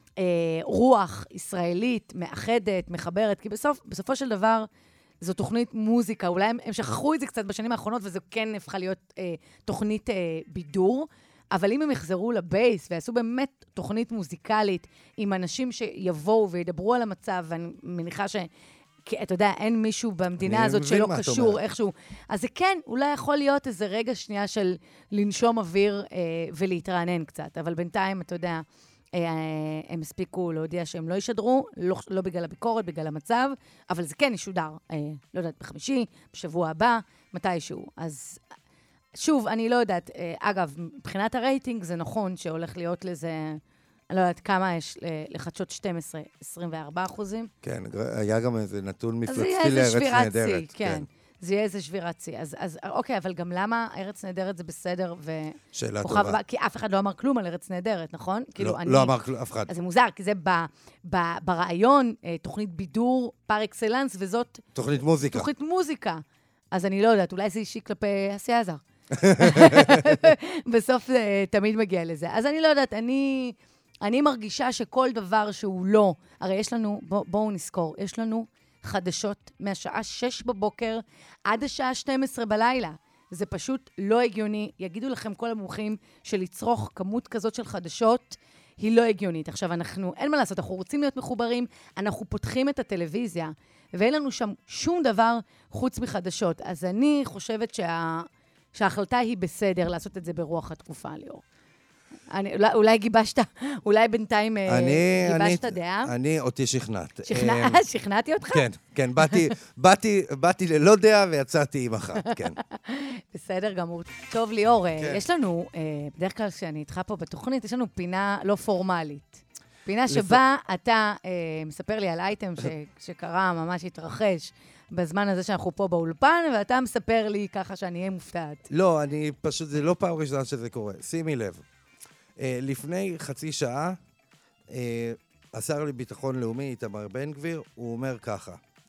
רוח ישראלית, מאחדת, מחברת, כי בסוף, בסופו של דבר, זו תוכנית מוזיקה. אולי הם, הם שכחו את זה קצת בשנים האחרונות, וזו כן הפכה להיות אה, תוכנית אה, בידור, אבל אם הם יחזרו לבייס, ויעשו באמת תוכנית מוזיקלית, עם אנשים שיבואו וידברו על המצב, ואני מניחה ש... כי אתה יודע, אין מישהו במדינה הזאת שלא קשור איכשהו. אז זה כן, אולי יכול להיות איזה רגע שנייה של לנשום אוויר אה, ולהתרענן קצת, אבל בינתיים, אתה יודע, הם הספיקו להודיע שהם לא ישדרו, לא, לא בגלל הביקורת, בגלל המצב, אבל זה כן ישודר, לא יודעת, בחמישי, בשבוע הבא, מתישהו. אז שוב, אני לא יודעת, אגב, מבחינת הרייטינג זה נכון שהולך להיות לזה, אני לא יודעת כמה יש לחדשות שתים עשרה, עשרים וארבעה אחוזים. כן, היה גם איזה נתון מפלצתי לארץ נהדרת. כן. זה יהיה איזה שבירת צי. אז, אז אוקיי, אבל גם למה ארץ נהדרת זה בסדר ו... שאלה טובה. הבא, כי אף אחד לא אמר כלום על ארץ נהדרת, נכון? לא, כאילו, אני, לא אמר כלום, אף אחד. אז זה מוזר, כי זה ב, ב, ברעיון, תוכנית בידור פר אקסלנס, וזאת... תוכנית מוזיקה. תוכנית מוזיקה. אז אני לא יודעת, אולי זה אישי כלפי אסי עזר. בסוף זה תמיד מגיע לזה. אז אני לא יודעת, אני, אני מרגישה שכל דבר שהוא לא, הרי יש לנו, בוא, בואו נזכור, יש לנו חדשות מהשעה שש בבוקר עד השעה שתים עשרה בלילה. זה פשוט לא הגיוני. יגידו לכם כל המומחים שלצרוך כמות כזאת של חדשות היא לא הגיונית. עכשיו, אנחנו, אין מה לעשות, אנחנו רוצים להיות מחוברים, אנחנו פותחים את הטלוויזיה, ואין לנו שם שום דבר חוץ מחדשות. אז אני חושבת שה... שההחלטה היא בסדר לעשות את זה ברוח התקופה, ליאור. אני, אולי, אולי גיבשת, אולי בינתיים אני, גיבשת אני, דעה? אני אותי שכנעת. שכנע, שכנעתי אותך? כן, כן, באתי, באתי, באתי ללא דעה ויצאתי עם אחת, כן. בסדר גמור. טוב, ליאור, כן. יש לנו, בדרך כלל כשאני איתך פה בתוכנית, יש לנו פינה לא פורמלית. פינה שבה לפ... אתה אה, מספר לי על אייטם ש, שקרה, ממש התרחש. בזמן הזה שאנחנו פה באולפן, ואתה מספר לי ככה שאני אהיה מופתעת. לא, אני פשוט, זה לא פעם ראשונה שזה קורה. שימי לב. אה, לפני חצי שעה, אה, השר לביטחון לאומי, איתמר בן גביר, הוא אומר ככה.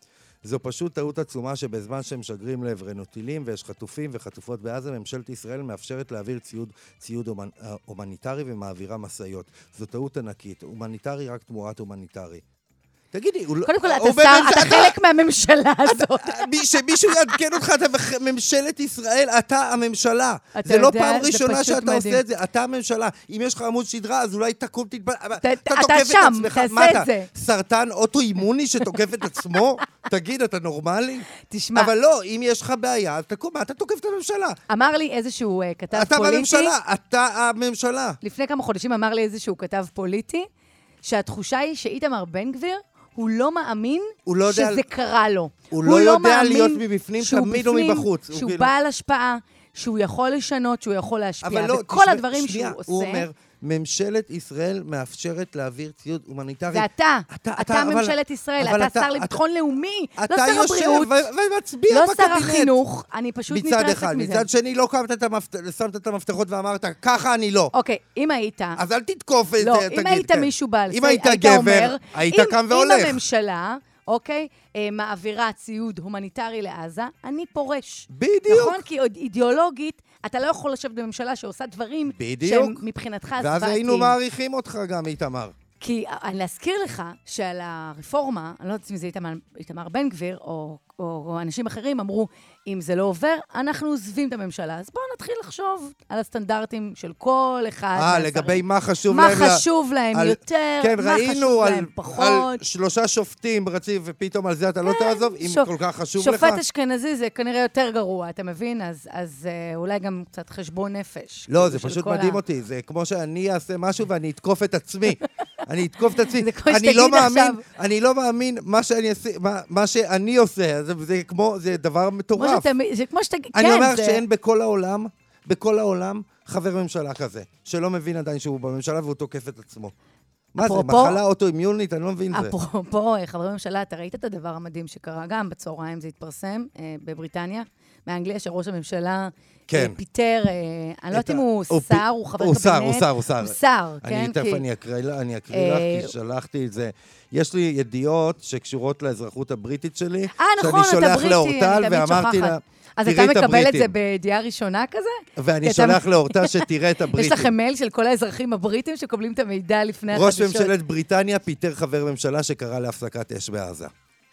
זו פשוט טעות עצומה שבזמן שהם משגרים לעברנו טילים ויש חטופים וחטופות בעזה, ממשלת ישראל מאפשרת להעביר ציוד, ציוד אומנ, הומניטרי ומעבירה מסעיות. זו טעות ענקית. הומניטרי רק תמורת הומניטרי. תגידי, קודם כל, אתה שר, אתה חלק מהממשלה הזאת. שמישהו יעדכן אותך, אתה ממשלת ישראל, אתה הממשלה. זה לא פעם ראשונה שאתה עושה את זה, אתה הממשלה. אם יש לך עמוד שדרה, אז אולי תקום, תתבל... אתה שם, תעשה את זה. סרטן אוטואימוני שתוקף את עצמו? תגיד, אתה נורמלי? תשמע. אבל לא, אם יש לך בעיה, אז תקום, מה אתה תוקף את הממשלה? אמר לי איזשהו כתב פוליטי. אתה בממשלה, אתה הממשלה. לפני כמה חודשים אמר לי איזשהו כתב פוליטי, שהתחושה היא שאיתמר בן גביר הוא לא מאמין לא שזה יודע, קרה לו. הוא, הוא לא יודע להיות מבפנים, תמיד או מבחוץ. שהוא כאילו... בעל השפעה, שהוא יכול לשנות, שהוא יכול להשפיע. לא, וכל תשמע, הדברים שנייה, שהוא הוא עושה... אומר, ממשלת ישראל מאפשרת להעביר ציוד הומניטרי. זה אתה. אתה, אתה, אתה אבל, ממשלת ישראל. אתה, אתה שר לביטחון אתה, לאומי. אתה לא שר הבריאות. אתה יושב ומצביע לא בקבינט. לא שר החינוך. אני פשוט נתרסת מזה. מצד אחד. מצד שני, לא קמת את המפת... שמת את המפתחות ואמרת, ככה אני לא. אוקיי, אם היית... אז אל תתקוף את זה, לא, תגיד. אם היית כן. מישהו בעל אם היית גבר, היית קם והולך. אם הממשלה... אוקיי? אה, מעבירה ציוד הומניטרי לעזה, אני פורש. בדיוק. נכון? כי אידיאולוגית, אתה לא יכול לשבת בממשלה שעושה דברים בדיוק. שהם מבחינתך זוועתיים. ואז היינו מעריכים אותך גם, איתמר. כי אני להזכיר לך שעל הרפורמה, אני לא יודעת אם זה איתמר, איתמר בן גביר, או, או, או אנשים אחרים אמרו, אם זה לא עובר, אנחנו עוזבים את הממשלה. אז בואו נתחיל לחשוב על הסטנדרטים של כל אחד. אה, לגבי מה חשוב מה להם. מה חשוב להם על, יותר, כן, מה חשוב על, להם פחות. על שלושה שופטים רציף, ופתאום על זה אתה כן, לא תעזוב, אם שופ... כל כך חשוב שופט לך. שופט אשכנזי זה כנראה יותר גרוע, אתה מבין? אז, אז אה, אולי גם קצת חשבון נפש. לא, זה פשוט מדהים ה... אותי. זה כמו שאני אעשה משהו ואני אתקוף את עצמי. אני אתקוף את עצמי. אני לא מאמין, אני לא מאמין מה שאני עושה, מה שאני עושה. זה כמו, זה דבר מטורף. זה כמו שתגיד, אני כן, אומר זה... שאין בכל העולם, בכל העולם, חבר ממשלה כזה, שלא מבין עדיין שהוא בממשלה והוא תוקף את עצמו. מה זה, מחלה אוטואימיונית? אני לא מבין זה. אפרופו, חברי ממשלה, אתה ראית את הדבר המדהים שקרה גם בצהריים, זה התפרסם בבריטניה, מאנגליה, שראש הממשלה פיטר, אני לא יודעת אם הוא שר, הוא חבר קבינט. הוא שר, הוא שר, הוא שר. הוא שר, כן? תכף אני אקריא לך, כי שלחתי את זה. יש לי ידיעות שקשורות לאזרחות הבריטית שלי, שאני שולח לאורטל ואמרתי לה, אז אתה מקבל את זה בידיעה ראשונה כזה? ואני שולח לאורטל שתראה את הבריטים. יש לכם מייל של כל האזרחים הבריטים שקובלים את המידע לפני החדשות. ראש ממשלת בריטניה פיטר חבר ממשלה שקרא להפסקת אש בעזה.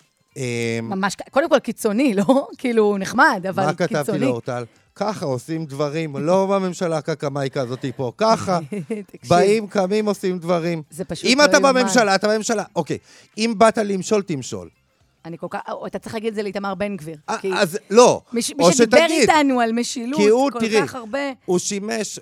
ממש, קודם כל קיצוני, לא? כאילו נחמד, אבל קיצוני. מה כתבתי לאורטל? ככה עושים דברים, לא בממשלה הקקמייקה הזאת פה, ככה, באים, קמים, עושים דברים. זה פשוט לא אם אתה בממשלה, אתה בממשלה. אוקיי, אם באת למשול, תמשול. אני כל כך, אתה צריך להגיד את זה לאיתמר בן גביר. אז לא, או שתגיד. מי שדיבר איתנו על משילות, כל כך הרבה. הוא שימש...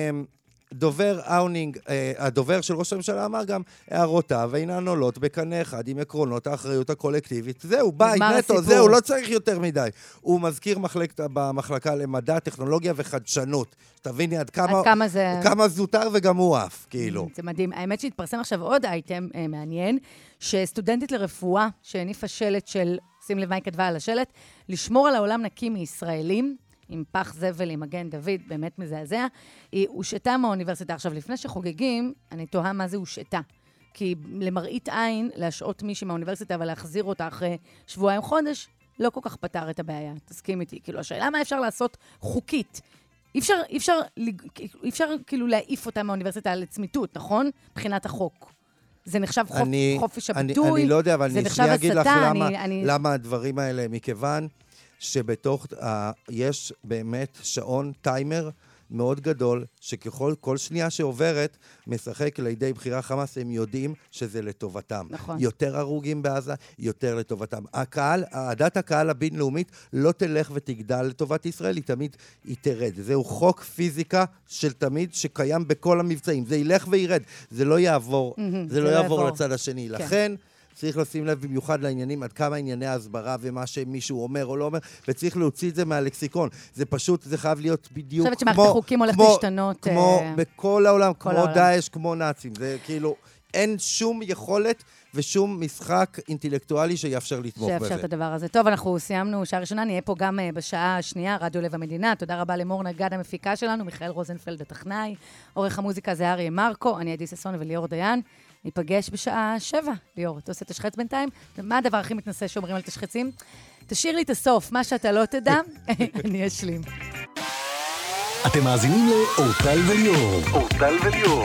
דובר אאונינג, הדובר של ראש הממשלה אמר גם, הערותיו אינן עולות בקנה אחד עם עקרונות האחריות הקולקטיבית. זהו, ביי, נטו, זהו, לא צריך יותר מדי. הוא מזכיר במחלקה למדע, טכנולוגיה וחדשנות. תביני עד כמה, עד כמה זה... כמה זוטר וגם הוא אף, כאילו. זה מדהים. האמת שהתפרסם עכשיו עוד אייטם מעניין, שסטודנטית לרפואה שהניפה שלט של שים לב מה היא כתבה על השלט, לשמור על העולם נקי מישראלים, עם פח זבל, עם מגן דוד, באמת מזעזע. היא הושתה מהאוניברסיטה. עכשיו, לפני שחוגגים, אני תוהה מה זה הושתה. כי למראית עין, להשעות מישהי מהאוניברסיטה ולהחזיר אותה אחרי שבועיים חודש, לא כל כך פתר את הבעיה. תסכים איתי. כאילו, השאלה מה אפשר לעשות חוקית. אי אפשר, אי אפשר, אי אפשר כאילו להעיף אותה מהאוניברסיטה לצמיתות, נכון? מבחינת החוק. זה נחשב חופ, אני, חופש הביטוי. אני, אני לא יודע, אבל אני שנייה אגיד לך למה, אני, אני... למה הדברים האלה, מכיוון שבתוך, uh, יש באמת שעון טיימר מאוד גדול, שככל כל שנייה שעוברת, משחק לידי בחירה חמאס, הם יודעים שזה לטובתם. נכון. יותר הרוגים בעזה, יותר לטובתם. הקהל, עדת הקהל הבינלאומית לא תלך ותגדל לטובת ישראל, היא תמיד היא תרד. זהו חוק פיזיקה של תמיד שקיים בכל המבצעים. זה ילך וירד, זה לא יעבור, mm-hmm, זה, זה לא יעבור, יעבור לצד השני. כן. לכן, צריך לשים לב במיוחד לעניינים, עד כמה ענייני ההסברה ומה שמישהו אומר או לא אומר, וצריך להוציא את זה מהלקסיקון. זה פשוט, זה חייב להיות בדיוק כמו... חושבת שמערכת החוקים הולכת להשתנות. כמו uh... בכל העולם, כל כמו העולם. דאעש, כמו נאצים. זה כאילו, אין שום יכולת ושום משחק אינטלקטואלי שיאפשר לתמוך בזה. שיאפשר את הדבר הזה. טוב, אנחנו סיימנו שעה ראשונה, נהיה פה גם uh, בשעה השנייה, רדיו לב המדינה. תודה רבה למור נגד המפיקה שלנו, מיכאל רוזנפלד הטכנאי. עורך המוזיקה זה אריה מרקו, אני עדי ססון וליאור דיין. ניפגש בשעה שבע, ליאור, אתה עושה תשחץ בינתיים. מה הדבר הכי מתנשא שאומרים על תשחצים? תשאיר לי את הסוף, מה שאתה לא תדע, אני אשלים. אתם מאזינים לאורטל וליאור. אורטל וליאור.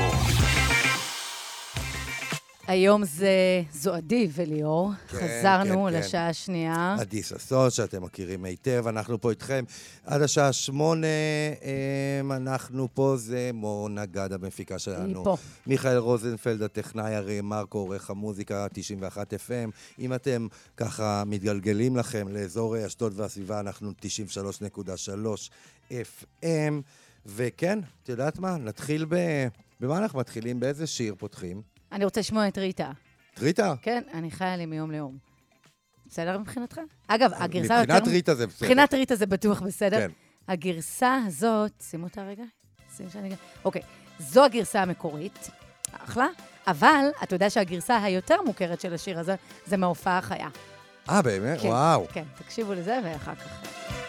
היום זה זו עדי וליאור. כן, חזרנו כן, לשעה כן. השנייה. עדי ססון, שאתם מכירים היטב, אנחנו פה איתכם עד השעה שמונה, אנחנו פה, זה מור נגד המפיקה שלנו. היא פה. מיכאל רוזנפלד, הטכנאי, אריה מרקו, עורך המוזיקה, תשעים ואחת אף אם. אם אתם ככה מתגלגלים לכם לאזור אשדוד והסביבה, אנחנו תשעים ושלוש נקודה שלוש אף אם. וכן, את יודעת מה? נתחיל ב... במה אנחנו מתחילים? באיזה שיר פותחים? אני רוצה לשמוע את ריטה. ריטה? כן, אני חיה לי מיום ליום. בסדר מבחינתך? אגב, הגרסה יותר... מבחינת ריטה זה בסדר. מבחינת ריטה זה בטוח בסדר. כן. הגרסה הזאת, שימו אותה רגע. שימו שאני... אוקיי, זו הגרסה המקורית. אחלה. אבל אתה יודע שהגרסה היותר מוכרת של השיר הזה, זה מההופעה החיה. אה, באמת? כן, וואו. כן, תקשיבו לזה ואחר כך.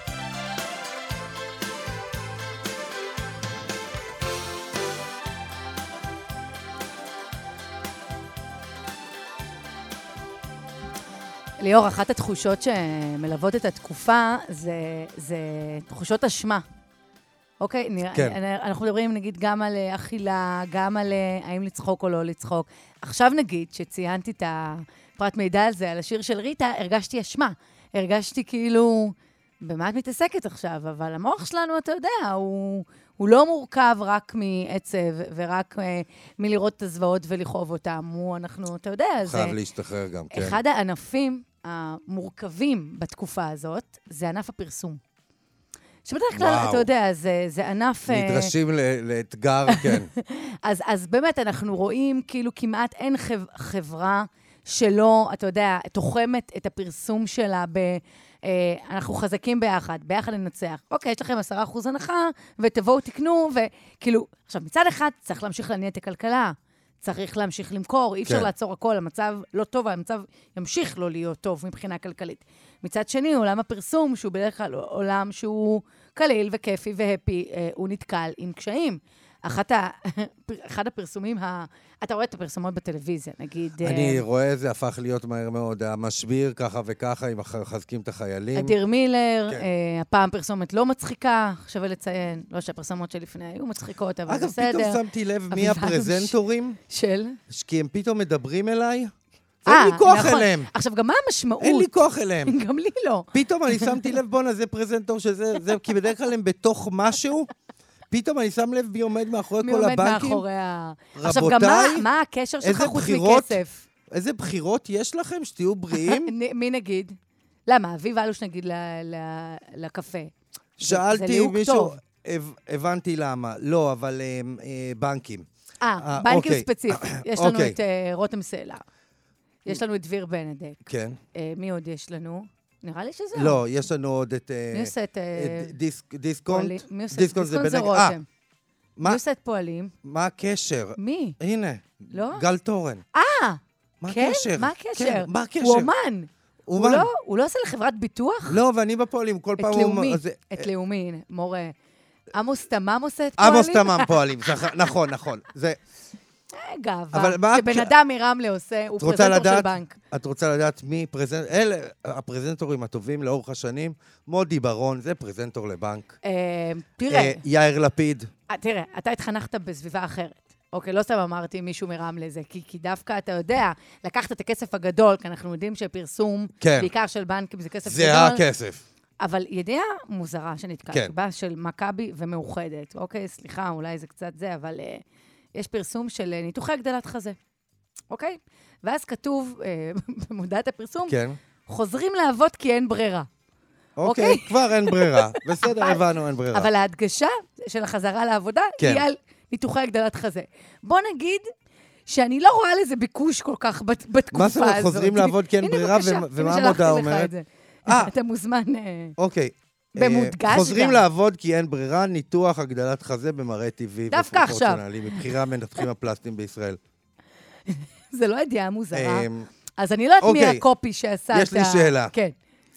ליאור, אחת התחושות שמלוות את התקופה זה, זה תחושות אשמה. אוקיי? כן. אנחנו מדברים נגיד גם על אכילה, גם על האם לצחוק או לא לצחוק. עכשיו נגיד שציינתי את הפרט מידע על זה, על השיר של ריטה, הרגשתי אשמה. הרגשתי כאילו, במה את מתעסקת עכשיו? אבל המוח שלנו, אתה יודע, הוא, הוא לא מורכב רק מעצב ורק uh, מלראות את הזוועות ולכאוב אותם. הוא, אנחנו, אתה יודע, חייב זה... להשתחרר גם, כן. אחד הענפים המורכבים בתקופה הזאת, זה ענף הפרסום. שבדרך כלל, אתה יודע, זה, זה ענף... נדרשים לאתגר, כן. אז, אז באמת, אנחנו רואים כאילו כמעט אין חברה שלא, אתה יודע, תוחמת את הפרסום שלה ב... אנחנו חזקים ביחד, ביחד ננצח. אוקיי, יש לכם עשרה אחוז הנחה, ותבואו תקנו, וכאילו... עכשיו, מצד אחד, צריך להמשיך להניע את הכלכלה. צריך להמשיך למכור, אי אפשר כן. לעצור הכל, המצב לא טוב, המצב ימשיך לא להיות טוב מבחינה כלכלית. מצד שני, עולם הפרסום, שהוא בדרך כלל עולם שהוא קליל וכיפי והפי, הוא נתקל עם קשיים. אחת ה... אחד הפרסומים, ה... אתה רואה את הפרסומות בטלוויזיה, נגיד... אני רואה, זה הפך להיות מהר מאוד, המשביר ככה וככה, אם מחזקים את החיילים. אדיר מילר, כן. הפעם פרסומת לא מצחיקה, שווה לציין, לא שהפרסומות שלפני היו מצחיקות, אבל אגב, בסדר. אגב, פתאום שמתי לב מי הפרזנטורים. של? כי הם פתאום מדברים אליי. אין לי כוח נכון. אליהם. עכשיו, גם מה המשמעות? אין לי כוח אליהם. גם לי לא. פתאום אני שמתי לב, בונה, זה פרזנטור שזה, זה, כי בדרך כלל הם בתוך משהו, פתאום אני שם לב מי עומד מאחורי כל הבנקים. מי עומד מאחורי ה... רבותיי, עכשיו, גם מה, מה הקשר שלך חוץ מכסף? איזה בחירות יש לכם שתהיו בריאים? מי נגיד? למה? אביב אלוש נגיד לקפה. שאלתי מישהו, הבנתי למה. לא, אבל בנקים. אה, בנקים ספציפיים. יש לנו את רותם סלע. יש לנו את דביר בנדק. כן. מי עוד יש לנו? נראה לי שזה... לא, יש לנו עוד את... מי עושה את... דיסקונט? דיסקונט זה רותם. מי עושה את פועלים? מה הקשר? מי? הנה. לא? גל תורן. אה! מה הקשר? מה הקשר? מה הקשר? הוא אומן. הוא הוא מה? לא, הוא לא עושה לחברת ביטוח? לא, ואני בפועלים, כל פעם את הוא... לאומי, אז- את לאומי, הנה, מורה. עמוס תמם עושה את פועלים? עמוס תמם פועלים, זכ- נכון, נכון. זה... רגע, אבל מה- שבן אדם מרמלה עושה, הוא את רוצה פרזנטור של לדעת? בנק. את רוצה לדעת מי פרזנט... אלה הפרזנטורים הטובים לאורך השנים, מודי ברון, זה פרזנטור לבנק. אה, תראה, אה, יאיר לפיד. אה, תראה, אתה התחנכת בסביבה אחרת. אוקיי, לא סתם אמרתי מישהו מרמלה זה, כי, כי דווקא אתה יודע, לקחת את הכסף הגדול, כי אנחנו יודעים שפרסום, כן. בעיקר של בנקים, זה כסף זה גדול. הכסף. אבל ידיעה מוזרה שנתקלתי כן. בה, של מכבי ומאוחדת. אוקיי, סליחה, אולי זה קצת זה, אבל uh, יש פרסום של uh, ניתוחי הגדלת חזה. אוקיי? ואז כתוב uh, במודעת הפרסום, כן. חוזרים לעבוד כי אין ברירה. אוקיי, אוקיי. כבר אין ברירה. בסדר, אבל- הבנו, אין ברירה. אבל ההדגשה של החזרה לעבודה כן. היא על ניתוחי הגדלת חזה. בוא נגיד שאני לא רואה לזה ביקוש כל כך בת- בתקופה מה הזאת. זאת אומרת, חוזרים לעבוד כי אין ברירה, הנה, בבקשה, ומה- הנה, ומה שלחתי המודעה לך אומרת? את זה. אה. אתה מוזמן... אה, אוקיי. במודגש אה, חוזרים גם. לעבוד כי אין ברירה, ניתוח הגדלת חזה במראה טבעי. דווקא עכשיו. ופרופורציונלי, מבחירה המנתחים הפלסטיים בישראל. זה לא ידיעה מוזרה. אמ, אז אני לא יודעת מי אוקיי. הקופי שעשה את ה... יש לי שאלה. כן.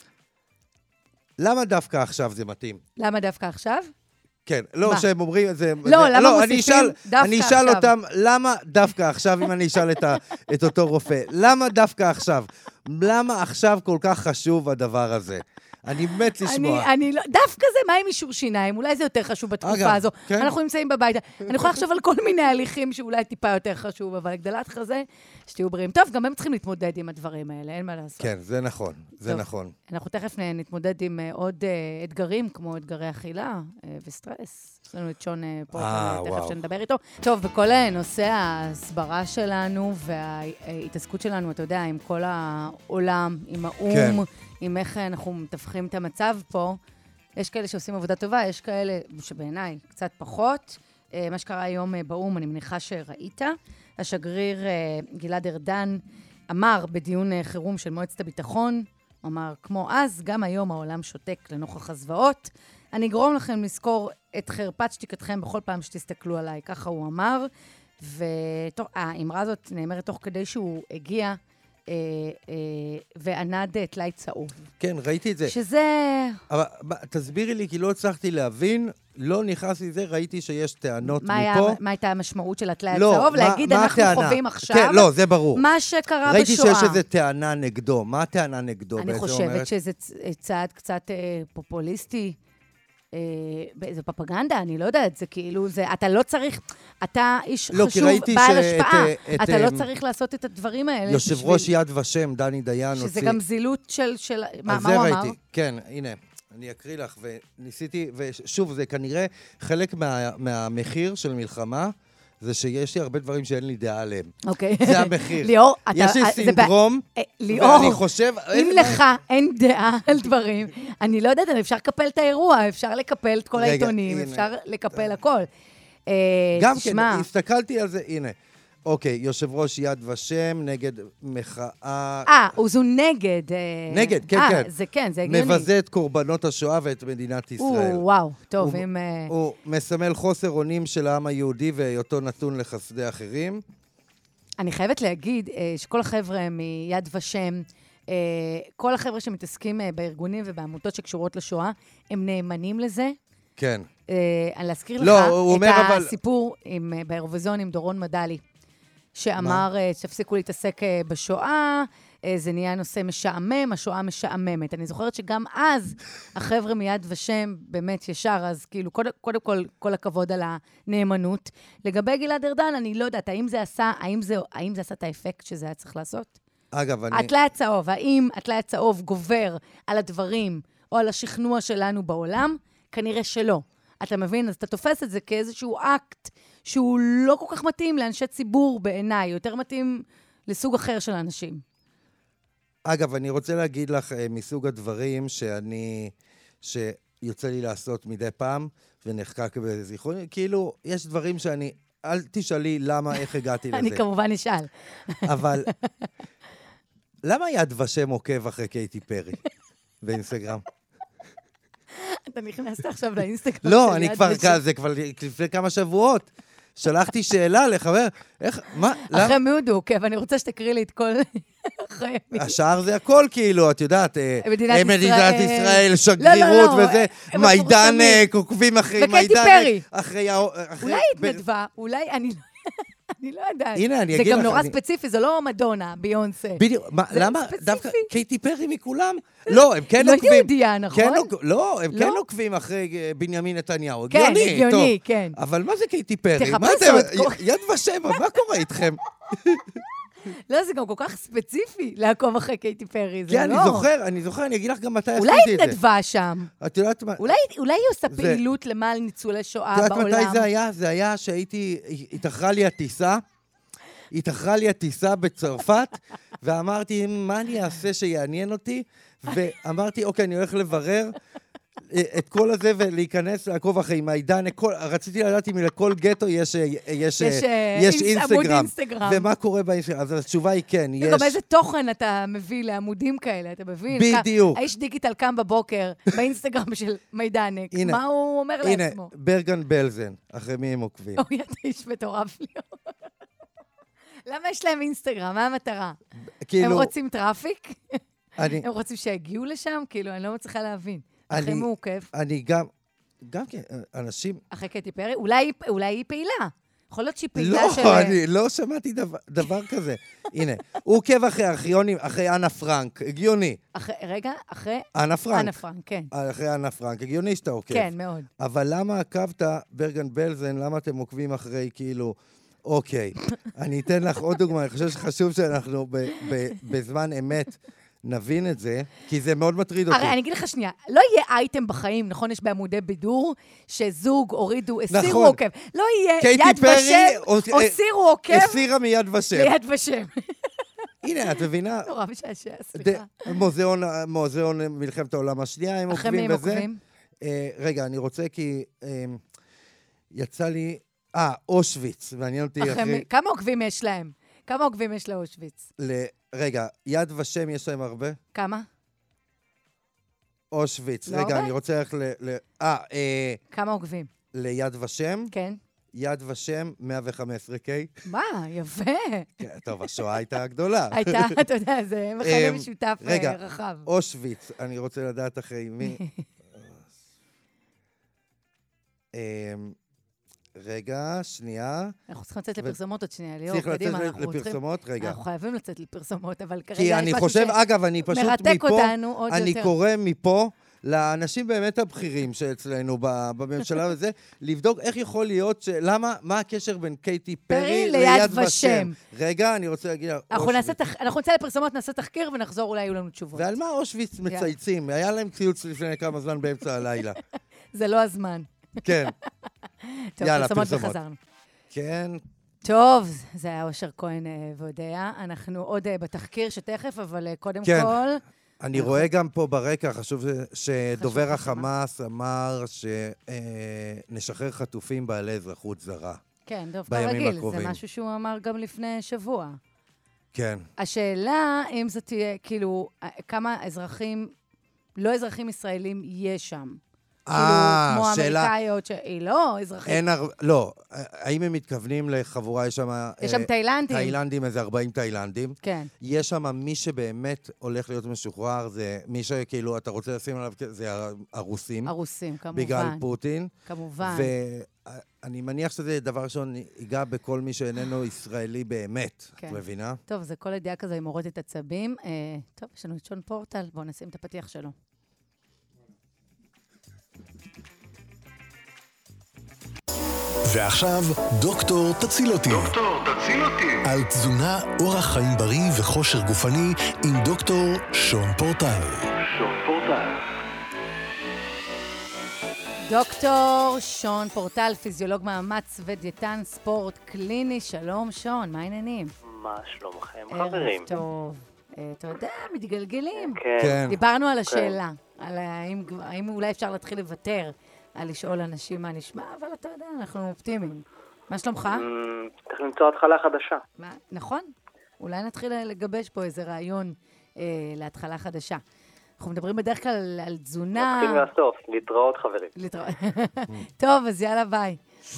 למה דווקא עכשיו זה מתאים? למה דווקא עכשיו? כן, לא, מה? שהם אומרים... זה, לא, זה, למה לא, מוסיפים אני אשאל, דווקא אני אשאל עכשיו? אותם, למה דווקא עכשיו, אם אני אשאל את, ה, את אותו רופא, למה דווקא עכשיו? למה עכשיו כל כך חשוב הדבר הזה? אני מת לשמוע. אני, אני לא... דווקא זה, מה עם אישור שיניים? אולי זה יותר חשוב בתקופה אגב, הזו. כן. אנחנו נמצאים בבית. אני יכולה לחשוב על כל מיני הליכים שאולי טיפה יותר חשוב, אבל הגדלת חזה, שתהיו בריאים. טוב, גם הם צריכים להתמודד עם הדברים האלה, אין מה לעשות. כן, זה נכון, זה טוב. נכון. אנחנו תכף נ- נתמודד עם uh, עוד uh, אתגרים, כמו אתגרי אכילה uh, וסטרס. יש לנו את שון uh, פה, אה, תכף וואו. שנדבר איתו. טוב, בכל uh, נושא ההסברה שלנו וההתעסקות שלנו, אתה יודע, עם כל העולם, עם האו"ם, כן. עם איך אנחנו מתווכים את המצב פה, יש כאלה שעושים עבודה טובה, יש כאלה שבעיניי קצת פחות. Uh, מה שקרה היום uh, באו"ם, אני מניחה שראית. השגריר uh, גלעד ארדן אמר בדיון uh, חירום של מועצת הביטחון, הוא אמר, כמו אז, גם היום העולם שותק לנוכח הזוועות. אני אגרום לכם לזכור את חרפת שתיקתכם בכל פעם שתסתכלו עליי. ככה הוא אמר. והאמרה הזאת נאמרת תוך כדי שהוא הגיע אה, אה, וענד אה, טלאי צהוב. כן, ראיתי את זה. שזה... אבל מה, תסבירי לי, כי לא הצלחתי להבין, לא נכנס לזה, ראיתי שיש טענות מה, היה, מפה. מה הייתה המשמעות של הטלאי לא, הצהוב? מה- להגיד, מה אנחנו הטענה? חווים עכשיו כן, לא, זה ברור. מה שקרה ראיתי בשואה. שיש איזו טענה נגדו. מה הטענה נגדו? אני בעצם חושבת אומרת? שזה צ- צעד קצת אה, פופוליסטי. אה, זה פרופגנדה, אני לא יודעת, זה כאילו, זה, אתה לא צריך, אתה איש לא, כי חשוב, ראיתי בעל שאת, השפעה, אה, את, אתה לא אה, צריך לעשות את הדברים האלה. יושב ראש בשביל- יד ושם, דני דיין, הוציא... שזה גם זילות של, של מה, אז מה זה הוא ראיתי. אמר? כן, הנה, אני אקריא לך, וניסיתי, ושוב, זה כנראה חלק מה, מהמחיר של מלחמה, זה שיש לי הרבה דברים שאין לי דעה עליהם. אוקיי. זה המחיר. ליאור, אתה... יש לי אה, זה בע- סינדרום, אה, ליאור, ואני חושב... אם לך אין דעה על דברים, אני לא יודעת, אפשר לקפל את האירוע, אפשר לקפל את כל רגע, העיתונים, הנה. אפשר לקפל הכל. אה, גם כן, תשמע, הסתכלתי על זה, הנה. אוקיי, יושב ראש יד ושם נגד מחאה... אה, אז הוא נגד. אה, נגד, כן, אה, כן. זה כן, זה הגיוני. מבזה את קורבנות השואה ואת מדינת ישראל. או, וואו, טוב, הוא- אם... אה, הוא מסמל חוסר אונים של העם היהודי והיותו נתון לחסדי אחרים. אני חייבת להגיד אה, שכל החבר'ה מיד ושם, אה, כל החבר'ה שמתעסקים אה, בארגונים ובעמותות שקשורות לשואה, הם נאמנים לזה. כן. אה, אני להזכיר לא, לך הוא את אומר, אבל- הסיפור עם, אה, באירוויזיון עם דורון מדלי, שאמר, אה, תפסיקו להתעסק אה, בשואה, אה, זה נהיה נושא משעמם, השואה משעממת. אני זוכרת שגם אז החבר'ה מיד ושם באמת ישר, אז כאילו, קודם, קודם כל, כל הכבוד על הנאמנות. לגבי גלעד ארדן, אני לא יודעת, האם זה עשה, האם זה, האם זה עשה את האפקט שזה היה צריך לעשות? אגב, אני... הטלאי הצהוב, האם הטלאי הצהוב גובר על הדברים או על השכנוע שלנו בעולם? כנראה שלא. אתה מבין? אז אתה תופס את זה כאיזשהו אקט שהוא לא כל כך מתאים לאנשי ציבור בעיניי, יותר מתאים לסוג אחר של אנשים. אגב, אני רוצה להגיד לך אה, מסוג הדברים שאני... שיוצא לי לעשות מדי פעם, ונחקק בזיכרוני, כאילו, יש דברים שאני... אל תשאלי למה, איך הגעתי לזה. אני כמובן אשאל. אבל... למה יד ושם עוקב אחרי קייטי פרי באינסטגרם? אתה נכנסת עכשיו לאינסטגרם לא, של אני יד כבר... ושם. זה כבר לפני כמה שבועות. שלחתי שאלה לחבר, איך... מה? למה? אחרי מי הוא עוקב, אני רוצה שתקריא לי את כל אחרי מי. השאר זה הכל, כאילו, את יודעת, מדינת ישראל, מדינת ישראל, שגרירות וזה, מיידן, עוקבים אחרי מיידן. וקטי פרי. אחרי... אולי התנדבה, אולי, אני לא... אני לא יודעת. הנה, אני זה אגיד לך. גם נורא אני... ספציפי, זה לא מדונה, ביונסה. בדיוק, מה, זה למה? ספציפי. דווקא קייטי פרי מכולם? לא, הם כן לא עוקבים. לא יהודייה, נכון? כן, לא, הם לא? כן עוקבים אחרי בנימין נתניהו. כן, הגיוני, הגיוני, טוב. כן. אבל מה זה קייטי פרי? תחפש מה אתם? עוד. יד ושם, מה קורה איתכם? לא, זה גם כל כך ספציפי לעקוב אחרי קייטי פרי, זה לא. כן, אני זוכר, אני זוכר, אני אגיד לך גם מתי אולי עשיתי את זה. היא התנדבה שם. את יודעת מה? אולי היא עושה פעילות למען ניצולי שואה בעולם. את יודעת מתי זה היה? זה היה שהייתי, התאחרה לי הטיסה, התאחרה לי הטיסה בצרפת, ואמרתי, מה אני אעשה שיעניין אותי? ואמרתי, אוקיי, אני הולך לברר את כל הזה ולהיכנס לעקוב אחרי מיידן. רציתי לדעת אם לכל גטו יש, יש, יש אינסטגרם. ומה קורה באינסטגרם? אז התשובה היא כן, יש. וגם איזה תוכן אתה מביא לעמודים כאלה, אתה מבין? בדיוק. האיש דיגיטל קם בבוקר באינסטגרם של מיידנק. מה הוא אומר לעצמו? הנה, ברגן בלזן, אחרי מי הם עוקבים. אוי, אתה איש מטורף לי. למה יש להם אינסטגרם? מה המטרה? הם רוצים טראפיק? הם רוצים שיגיעו לשם? כאילו, אני לא מצליחה להבין. אחרי מעוקב. אני גם, גם כן, אנשים... אחרי קטי פרי? אולי היא פעילה. יכול להיות שהיא פעילה של... לא, אני לא שמעתי דבר כזה. הנה, הוא עוקב אחרי ארכיונים, אחרי אנה פרנק, הגיוני. רגע, אחרי... אנה פרנק. אנה פרנק, כן. אחרי אנה פרנק, הגיוני שאתה עוקב. כן, מאוד. אבל למה עקבת, ברגן בלזן, למה אתם עוקבים אחרי, כאילו... אוקיי, אני אתן לך עוד דוגמה, אני חושב שחשוב שאנחנו בזמן אמת נבין את זה, כי זה מאוד מטריד אותי. הרי אני אגיד לך שנייה, לא יהיה אייטם בחיים, נכון? יש בעמודי בידור, שזוג הורידו, הסירו עוקב. לא יהיה יד ושם, הסירו עוקב. הסירה מיד ושם. ליד ושם. הנה, את מבינה? נורא משעשע, סליחה. מוזיאון מלחמת העולם השנייה, הם עוקבים בזה. אחרי מי הם עוקבים? רגע, אני רוצה כי יצא לי... אה, אושוויץ, מעניין אותי אחרי... כמה עוקבים יש להם? כמה עוקבים יש לאושוויץ? רגע, יד ושם יש להם הרבה? כמה? אושוויץ. רגע, אני רוצה ללכת ל... אה, כמה עוקבים? ליד ושם? כן. יד ושם, מאה וחמש עשרה קיי. מה? יפה. טוב, השואה הייתה גדולה. הייתה, אתה יודע, זה מכנה משותף רחב. רגע, אושוויץ, אני רוצה לדעת אחרי מי. רגע, שנייה. אנחנו צריכים לצאת לפרסומות עוד שנייה, ליאור, קדימה. צריך לצאת לפרסומות, רגע. אנחנו חייבים לצאת לפרסומות, אבל כרגע כי אני חושב, אגב, אני פשוט מפה, אני קורא מפה לאנשים באמת הבכירים שאצלנו בממשלה וזה, לבדוק איך יכול להיות, למה, מה הקשר בין קייטי פרי ליד ושם. רגע, אני רוצה להגיד... אנחנו נצא לפרסומות, נעשה תחקיר ונחזור, אולי יהיו לנו תשובות. ועל מה אושוויץ מצייצים? היה להם ציוץ לפני כמה זמן באמצע הלילה. זה לא הזמן. כן. טוב, פרסומות וחזרנו. כן. טוב, זה היה אושר כהן והודיה. אנחנו עוד בתחקיר שתכף, אבל קודם כל... אני רואה גם פה ברקע, חשוב שדובר החמאס אמר שנשחרר חטופים בעלי אזרחות זרה. כן, טוב, כרגיל, זה משהו שהוא אמר גם לפני שבוע. כן. השאלה, אם זה תהיה, כאילו, כמה אזרחים, לא אזרחים ישראלים יש שם? כאילו, כמו אמריקאיות, שהיא לא אזרחית. לא, האם הם מתכוונים לחבורה, יש שם... יש שם תאילנדים. תאילנדים, איזה ארבעים תאילנדים. כן. יש שם מי שבאמת הולך להיות משוחרר, זה מי שכאילו, אתה רוצה לשים עליו, זה הרוסים. הרוסים, כמובן. בגלל פוטין. כמובן. ואני מניח שזה דבר ראשון, ייגע בכל מי שאיננו ישראלי באמת. את מבינה? טוב, זה כל ידיעה כזה עם מורדת עצבים. טוב, יש לנו את שון פורטל, בואו נשים את הפתיח שלו. ועכשיו, דוקטור תציל אותי. דוקטור תציל אותי. על תזונה, אורח חיים בריא וכושר גופני עם דוקטור שון פורטל. שון פורטל. דוקטור שון פורטל, פיזיולוג מאמץ ודיאטן ספורט קליני. שלום שון, מה העניינים? מה שלומכם חברים? טוב, אתה יודע, מתגלגלים. כן. דיברנו על השאלה, על האם אולי אפשר להתחיל לוותר. על לשאול אנשים מה נשמע, אבל אתה יודע, אנחנו אופטימיים. מה שלומך? צריך למצוא התחלה חדשה. נכון. אולי נתחיל לגבש פה איזה רעיון להתחלה חדשה. אנחנו מדברים בדרך כלל על תזונה... נתחיל מהסוף, להתראות חברים. טוב, אז יאללה ביי.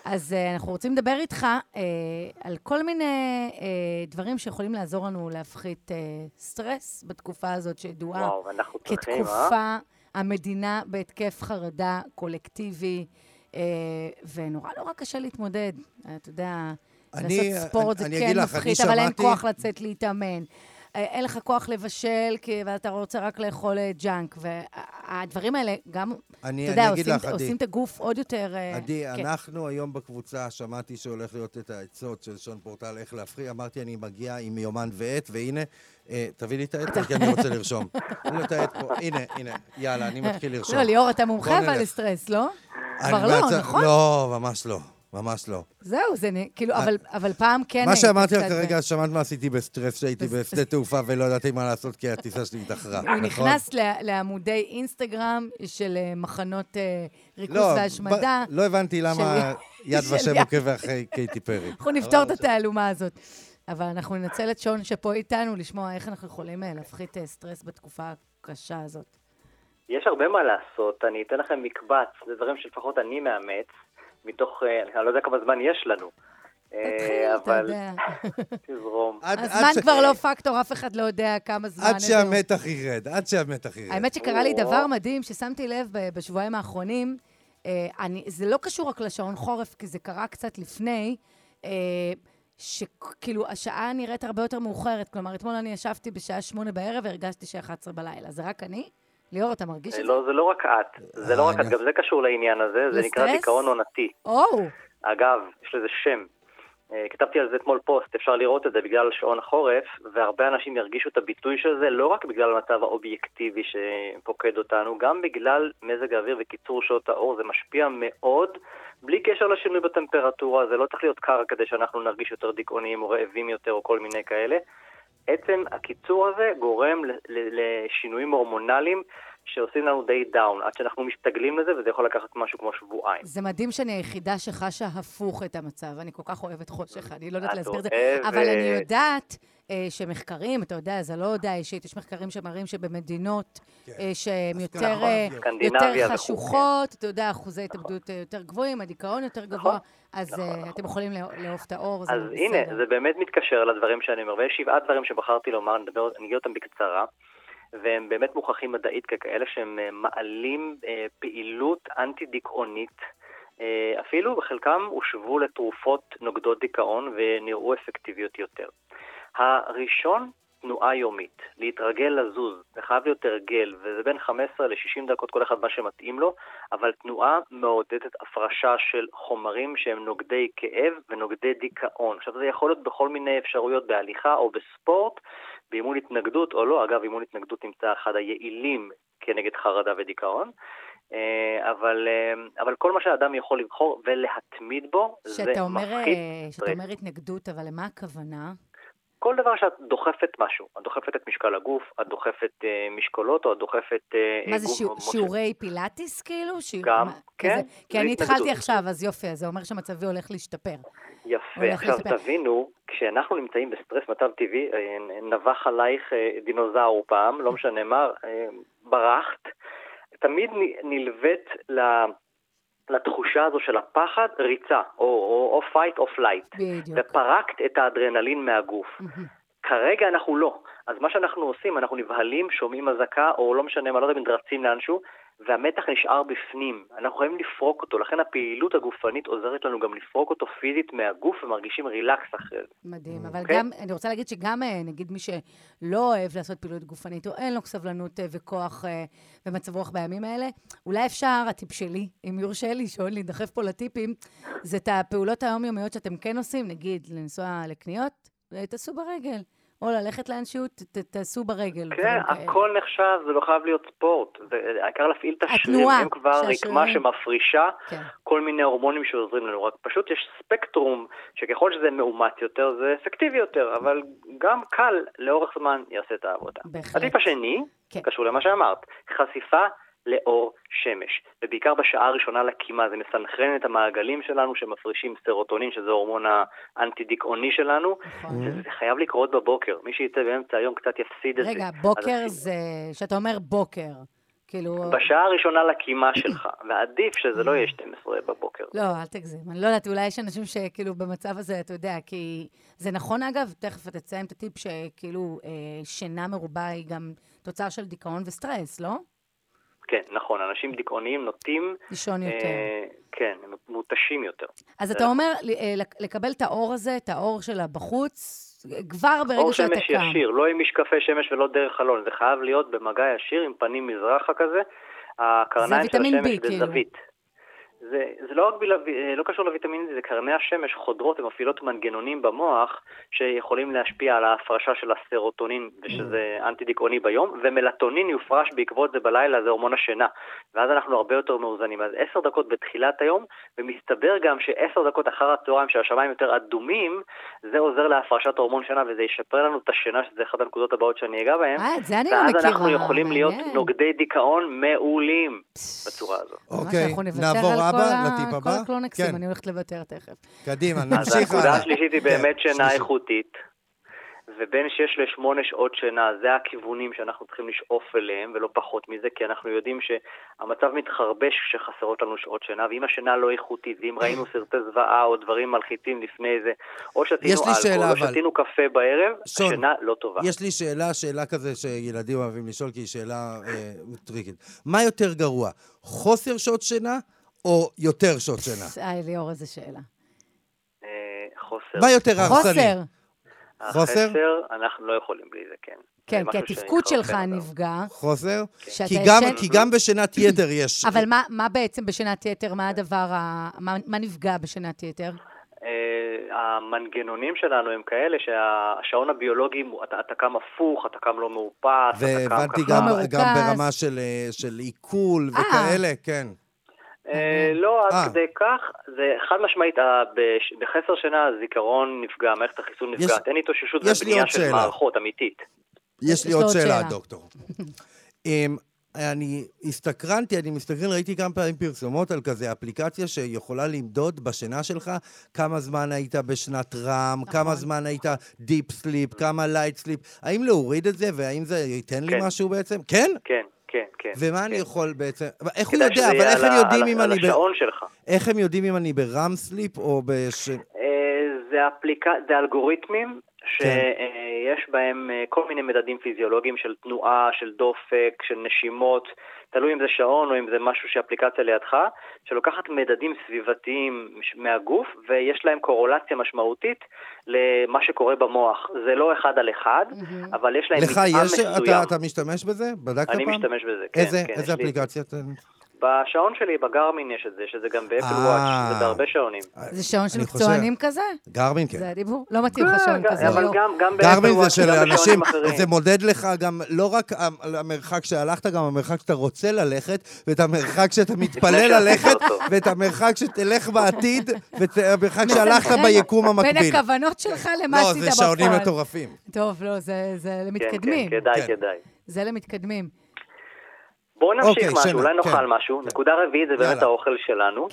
אז uh, אנחנו רוצים לדבר איתך uh, על כל מיני uh, דברים שיכולים לעזור לנו להפחית uh, סטרס בתקופה הזאת שידועה. וואו, אנחנו צריכים, כתקופה אה? המדינה בהתקף חרדה קולקטיבי, uh, ונורא נורא קשה להתמודד. אתה יודע, אני- לעשות ספורט אני- זה אני כן אגיד לך, מפחית, אני אבל אין שמעתי- כוח לצאת להתאמן. אין לך כוח לבשל, כי ואתה רוצה רק לאכול אה, ג'אנק, והדברים האלה גם, אני- אתה יודע, אני אגיד עושים- לך, עדי. עושים את הגוף עוד יותר... אה, עדי, כן. אנחנו היום בקבוצה, שמעתי שהולך להיות את העצות של שון פורטל, איך להפחית, אמרתי, אני מגיע עם יומן ועט, והנה, אה, תביא לי את העט, כי אני רוצה לרשום. אין לו את העט פה, הנה, הנה, יאללה, אני מתחיל לרשום. לא, ליאור, אתה מומחה בוא אבל נלך. לסטרס, לא? אני כבר לא, בעצם- נכון? לא, ממש לא, ממש לא. זהו, זה נ- כאילו, אבל- אבל פעם כן... מה היית שאמרתי לך קצת כרגע, ב- שמעת מה עשיתי בסטרס, שהייתי בשדה תעופה ולא ידעתי מה לעשות, כי הטיסה שלי התאחרה. הוא נכון? נכנס ל- לעמודי אינסטגרם של אה, מחנות אה, ריכוז לא, והשמדה. ב- לא הבנתי למה יד של ושם יד. עוקב אחרי קייטי פרי. אנחנו נפתור את התעלומה הזאת. אבל אנחנו ננצל את שון שפה איתנו, לשמוע איך אנחנו יכולים אה, להפחית אה, סטרס בתקופה הקשה הזאת. יש הרבה מה לעשות, אני אתן לכם מקבץ, זה דברים שלפחות אני מאמץ, מתוך, אה, אני לא יודע כמה זמן יש לנו. אה, תתחיל, אתה אבל יודע. תזרום. עד- עד הזמן ש- כבר לא פקטור, אף אחד לא יודע כמה זמן. עד איזה- שהמתח ירד, עד שהמתח ירד. האמת שקרה לי או. דבר מדהים, ששמתי לב ב- בשבועיים האחרונים, אה, אני, זה לא קשור רק לשעון חורף, כי זה קרה קצת לפני, אה, שכאילו השעה נראית הרבה יותר מאוחרת. כלומר, אתמול אני ישבתי בשעה שמונה בערב והרגשתי ש-אחת עשרה בלילה. זה רק אני? ליאור, אתה מרגיש את זה? לא, זה לא רק את, זה לא רק את, גם זה קשור לעניין הזה, זה נקרא לסטרס? דיכאון עונתי. או, אגב, יש לזה שם. אה, כתבתי על זה אתמול פוסט, אפשר לראות את זה בגלל שעון החורף, והרבה אנשים ירגישו את הביטוי של זה, לא רק בגלל המצב האובייקטיבי שפוקד אותנו, גם בגלל מזג האוויר וקיצור שעות האור, זה משפיע מאוד, בלי קשר לשינוי בטמפרטורה, זה לא צריך להיות קר כדי שאנחנו נרגיש יותר דיכאוניים או רעבים יותר או כל מיני כאלה. עצם הקיצור הזה גורם ל- ל- לשינויים הורמונליים שעושים לנו די דאון, עד שאנחנו מסתגלים לזה, וזה יכול לקחת משהו כמו שבועיים. זה מדהים שאני היחידה שחשה הפוך את המצב. אני כל כך אוהבת חושך, אני לא יודעת את להסביר את זה. אוהבת. אבל אני יודעת אה, שמחקרים, אתה יודע, זה לא הודעה אישית, יש מחקרים שמראים שבמדינות אה, שהן יותר, נכון. אה, סקנדינביה יותר וכו', חשוכות, אתה יודע, אחוזי התאבדות אה, יותר גבוהים, הדיכאון יותר גבוה, אז נכון, אה, נכון. אתם יכולים לא- לאהוב את האור, זה אז בסדר. הנה, זה באמת מתקשר לדברים שאני אומר, ויש שבעה דברים שבחרתי לומר, נדבר, אני אגיד אותם בקצרה, והם באמת מוכחים מדעית ככאלה שהם אה, מעלים אה, פעילות אנטי-דיכאונית, אה, אפילו בחלקם הושבו לתרופות נוגדות דיכאון ונראו אפקטיביות יותר. הראשון, תנועה יומית, להתרגל לזוז, זה חייב להיות הרגל, וזה בין חמש עשרה ל-שישים דקות כל אחד מה שמתאים לו, אבל תנועה מעודדת הפרשה של חומרים שהם נוגדי כאב ונוגדי דיכאון. עכשיו זה יכול להיות בכל מיני אפשרויות בהליכה או בספורט, באימון התנגדות או לא, אגב אימון התנגדות נמצא אחד היעילים כנגד חרדה ודיכאון, אבל, אבל כל מה שהאדם יכול לבחור ולהתמיד בו, זה שאתה אומר, מפחית אה, שאתה סטרס. אומר התנגדות, אבל למה הכוונה? כל דבר שאת דוחפת משהו, את דוחפת את משקל הגוף, את דוחפת אה, משקולות, או את דוחפת אה, מה זה, גוף, שיעור- מושך. שיעורי פילאטיס כאילו? שיעור- גם, מה- כן, כזה? כי זה אני התנגדות. התחלתי עכשיו, אז יופי, אז זה אומר שמצבי הולך להשתפר. יפה, הולך עכשיו לספר. תבינו, כשאנחנו נמצאים בסטרס מצב טבעי, אה, נבח עלייך אה, דינוזאור פעם, לא משנה מה, אה, ברחת, תמיד נ- נלווית ל... לתחושה הזו של הפחד, ריצה, או, או, או fight או flight. בדיוק. ופרקת את האדרנלין מהגוף. כרגע אנחנו לא. אז מה שאנחנו עושים, אנחנו נבהלים, שומעים אזעקה, או לא משנה מה, לא יודע, נדרצים לאנשהו, והמתח נשאר בפנים. אנחנו יכולים לפרוק אותו, לכן הפעילות הגופנית עוזרת לנו גם לפרוק אותו פיזית מהגוף, ומרגישים רילקס אחרי זה. מדהים, אבל אוקיי? גם, אני רוצה להגיד שגם, אה, נגיד, מי שלא אוהב לעשות פעילות גופנית, או אין לו סבלנות אה, וכוח אה, ומצב רוח בימים האלה, אולי אפשר, הטיפ שלי, אם יורשה לי, שעוד להידחף פה לטיפים, זה את הפעולות היומיומיות שאתם כן עושים, נגיד, לנסוע לקניות, אה, תעשו ברגל. או ללכת לאנשהו, ת- ת- תעשו ברגל. כן, דברים כאלה. הכל נחשב, זה לא חייב להיות ספורט. זה- העיקר להפעיל את השרירים, התנועה, הם כבר רקמה שהשרירים- שמפרישה כן. כל מיני הורמונים שעוזרים לנו. רק פשוט יש ספקטרום, שככל שזה מאומץ יותר, זה אפקטיבי יותר, אבל גם קל לאורך זמן יעשה את העבודה. בהחלט. הטיפ השני, כן. קשור למה שאמרת, חשיפה לאור שמש, ובעיקר בשעה הראשונה לקימה, זה מסנכרן את המעגלים שלנו שמפרישים סרוטונין, שזה הורמון האנטי-דיכאוני שלנו, נכון. זה חייב לקרות בבוקר, מי שיצא באמצע היום קצת יפסיד את זה. רגע, אז בוקר עשינו. זה, שאתה אומר בוקר, כאילו... בשעה הראשונה לקימה שלך, ועדיף שזה לא יהיה שתים עשרה בבוקר. לא, אל תגזים. אני לא יודעת, אולי יש אנשים שכאילו במצב הזה, אתה יודע, כי זה נכון אגב, תכף אתה תציין את הטיפ שכאילו שינה מרובה היא גם תוצר של דיכאון וסטרס, לא? כן, נכון. אנשים דיכאוניים נוטים... לישון יותר. כן, הם מותשים יותר. אז אתה אומר, לקבל את האור הזה, את האור שלה בחוץ, כבר ברגע שאתה קם. אור שמש ישיר, לא עם משקפי שמש ולא דרך חלון, זה חייב להיות במגע ישיר עם פנים מזרחה כזה, הקרניים של השמש בזווית. זה, זה לא, רק בלו, לא קשור לויטמין, זה קרני השמש חודרות, הן מפעילות מנגנונים במוח שיכולים להשפיע על ההפרשה של הסרוטונין, ושזה אנטי דיכאוני ביום, ומלטונין יופרש בעקבות זה בלילה, זה הורמון השינה, ואז אנחנו הרבה יותר מאוזנים. אז עשר דקות בתחילת היום, ומסתבר גם שעשר דקות אחר הצהריים שהשמיים יותר אדומים, זה עוזר להפרשת הורמון שינה, וזה ישפר לנו את השינה, שזה אחת הנקודות הבאות שאני אגע בהן. אה, את זה אני לא מכירה. ואז אנחנו יכולים להיות נוגדי דיכאון מעולים בצורה הזאת. אוקיי, נעבור לטיפ הבא. כל הקלונקסים, אני הולכת לוותר תכף. קדימה, נמשיך. אז הנקודה השלישית היא באמת שינה איכותית, ובין שש לשמונה שעות שינה, זה הכיוונים שאנחנו צריכים לשאוף אליהם, ולא פחות מזה, כי אנחנו יודעים שהמצב מתחרבש כשחסרות לנו שעות שינה, ואם השינה לא איכותית, ואם ראינו סרטי זוועה או דברים מלחיצים לפני זה, או שתינו אלכוהול, או שתינו קפה בערב, השינה לא טובה. יש לי שאלה, שאלה כזה שילדים אוהבים לשאול, כי היא שאלה טריקית. מה יותר גרוע? חוסר שעות שינה או יותר שעות שינה? אה, ליאור, איזה שאלה. חוסר. מה יותר הרסני? חוסר. חוסר? החסר, אנחנו לא יכולים בלי זה, כן. כן, כי התפקוד שלך נפגע. חוסר? כי גם בשינת יתר יש. אבל מה בעצם בשינת יתר? מה הדבר, מה נפגע בשינת יתר? המנגנונים שלנו הם כאלה שהשעון הביולוגי, אתה קם הפוך, אתה קם לא מאופס, והבנתי גם ברמה של עיכול וכאלה, כן. לא, עד כדי כך, זה חד משמעית, בחסר שינה הזיכרון נפגע, מערכת החיסון נפגעת, אין התאוששות ובנייה של מערכות אמיתית. יש לי עוד שאלה, דוקטור. אני הסתקרנתי, אני מסתקרן, ראיתי כמה פעמים פרסומות על כזה אפליקציה שיכולה למדוד בשינה שלך כמה זמן היית בשנת רם, כמה זמן היית דיפ סליפ, כמה לייט סליפ. האם להוריד את זה והאם זה ייתן לי משהו בעצם? כן? כן. כן, כן. ומה אני יכול בעצם... איך הוא יודע? אבל איך הם יודעים אם אני... על השעון שלך. איך הם יודעים אם אני ברם סליפ או בש... זה אפליקציה, זה אלגוריתמים שיש בהם כל מיני מדדים פיזיולוגיים של תנועה, של דופק, של נשימות, תלוי אם זה שעון או אם זה משהו שאפליקציה לידך, שלוקחת מדדים סביבתיים מהגוף, ויש להם קורולציה משמעותית למה שקורה במוח. זה לא אחד על אחד, אבל יש להם מתאם מסוים. לך יש, אתה משתמש בזה? בדקת פעם? אני משתמש בזה, כן. איזה אפליקציה? בשעון שלי, בגרמין יש את זה, שזה גם באפל וואץ', זה בהרבה שעונים. זה שעון של מקצוענים כזה? גרמין, כן. זה הדיבור? לא מתאים לך שעון כזה. אבל גם באפל וואץ', גם בשעונים אחרים. זה מודד לך גם, לא רק המרחק שהלכת, גם המרחק שאתה רוצה ללכת, ואת המרחק שאתה מתפלל ללכת, ואת המרחק שתלך בעתיד, ואת המרחק שהלכת ביקום המקביל. בין הכוונות שלך למה עשית בפועל. לא, זה שעונים מטורפים. טוב, לא, זה למתקדמים. כן, כדאי, כדאי. זה למתקדמים. בואו נמשיך משהו, אולי נאכל משהו. נקודה רביעית זה באמת האוכל שלנו,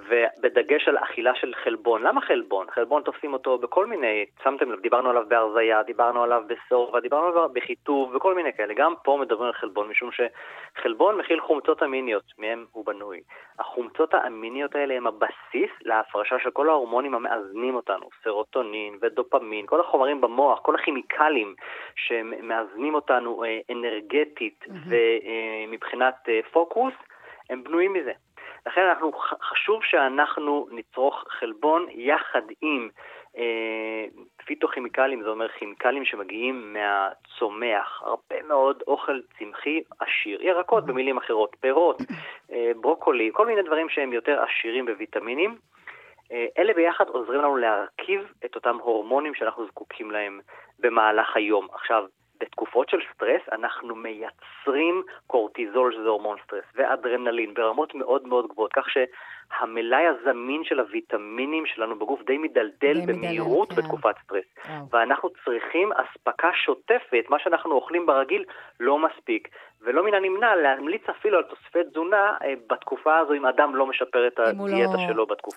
ובדגש על אכילה של חלבון. למה חלבון? חלבון תופסים אותו בכל מיני, שמתם לב, דיברנו עליו בהרזיה, דיברנו עליו בסורבה, דיברנו עליו בחיטוב וכל מיני כאלה. גם פה מדברים על חלבון, משום שחלבון מכיל חומצות אמיניות, מהם הוא בנוי. החומצות האמיניות האלה הם הבסיס להפרשה של כל ההורמונים המאזנים אותנו, סרוטונין ודופמין, כל החומרים במוח, כל הכימיקלים שמאזנים אותנו אנרגטית ומבחינת פוקוס, הם בנויים מזה. לכן אנחנו, חשוב שאנחנו נצרוך חלבון יחד עם אה, פיתוכימיקלים, זה אומר כימיקלים שמגיעים מהצומח, הרבה מאוד אוכל צמחי עשיר, ירקות במילים אחרות, פירות, אה, ברוקולי, כל מיני דברים שהם יותר עשירים בוויטמינים. אה, אלה ביחד עוזרים לנו להרכיב את אותם הורמונים שאנחנו זקוקים להם במהלך היום. עכשיו, בתקופות של סטרס אנחנו מייצרים קורטיזול, שזה הורמון סטרס, ואדרנלין ברמות מאוד מאוד גבוהות, כך שהמלאי הזמין של הוויטמינים שלנו בגוף די מדלדל די במהירות מדלת, בתקופת yeah. סטרס. Oh. ואנחנו צריכים אספקה שוטפת, מה שאנחנו אוכלים ברגיל לא מספיק, ולא מן הנמנע להמליץ אפילו על תוספי תזונה בתקופה הזו, אם אדם לא משפר את הדיאטה לא... שלו בתקופה.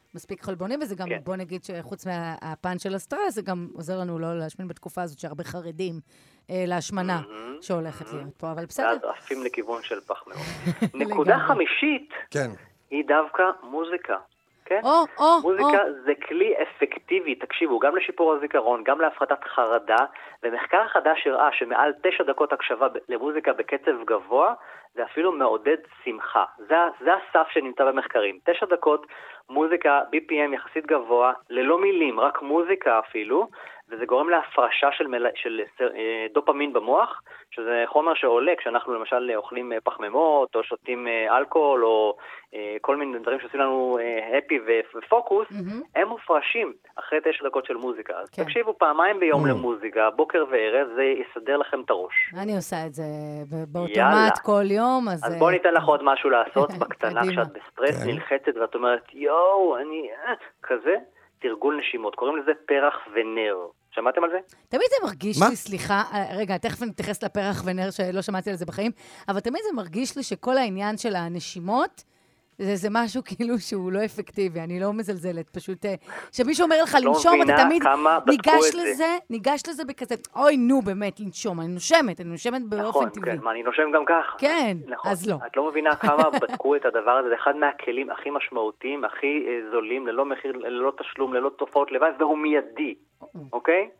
מספיק חלבונים, וזה גם, כן. בוא נגיד שחוץ מהפן של הסטרס, זה גם עוזר לנו לא להשמין בתקופה הזאת שהרבה חרדים אה, להשמנה Mm-hmm. שהולכת להיות פה, אבל בסדר. ואז עפים לכיוון של פח מאוד. נקודה לגמרי. חמישית כן. היא דווקא מוזיקה. כן? או, או, מוזיקה או. זה כלי אפקטיבי, תקשיבו, גם לשיפור הזיכרון, גם להפחתת חרדה, ומחקר חדש הראה שמעל תשע דקות הקשבה למוזיקה בקצב גבוה, זה אפילו מעודד שמחה. זה, זה הסף שנמצא במחקרים. תשע דקות מוזיקה בי פי אם יחסית גבוה, ללא מילים, רק מוזיקה אפילו, וזה גורם להפרשה של, מל... של אה, דופמין במוח, שזה חומר שעולה כשאנחנו למשל אוכלים פחמימות, או שותים אה, אלכוהול, או אה, כל מיני דברים שעושים לנו אה, הפי ופוקוס, mm-hmm. הם מופרשים אחרי תשע דקות של מוזיקה. אז כן. תקשיבו פעמיים ביום mm-hmm. למוזיקה, בוקר וערב, זה יסדר לכם את הראש. אני עושה את זה באוטומט כל יום, אז... אז בואו ניתן לך עוד משהו לעשות בקטנה, כשאת בסטרס נלחצת, ואת אומרת, יואו, אני... כזה, תרגול נשימות, קוראים לזה פרח ונר. שמעתם על זה? תמיד זה מרגיש לי, סליחה, רגע, תכף נתייחס לפרח ונר שלא שמעתי על זה בחיים, אבל תמיד זה מרגיש לי שכל העניין של הנשימות, זה, זה משהו כאילו שהוא לא אפקטיבי, אני לא מזלזלת, פשוט, שמישהו אומר לך לנשום, אתה תמיד ניגש לזה, ניגש לזה בכזה, אוי, נו, באמת, לנשום, אני נושמת, אני נושמת באופן טבעי. נכון, כן, מה, אני נושם גם ככה. כן, נכון. אז לא. את לא מבינה כמה בדקו את הדבר הזה, זה אחד מהכלים הכי משמעותיים, הכי זולים, ללא מחיר, ללא תשלום, ללא תופעות לוואי, והוא מיידי, אוקיי?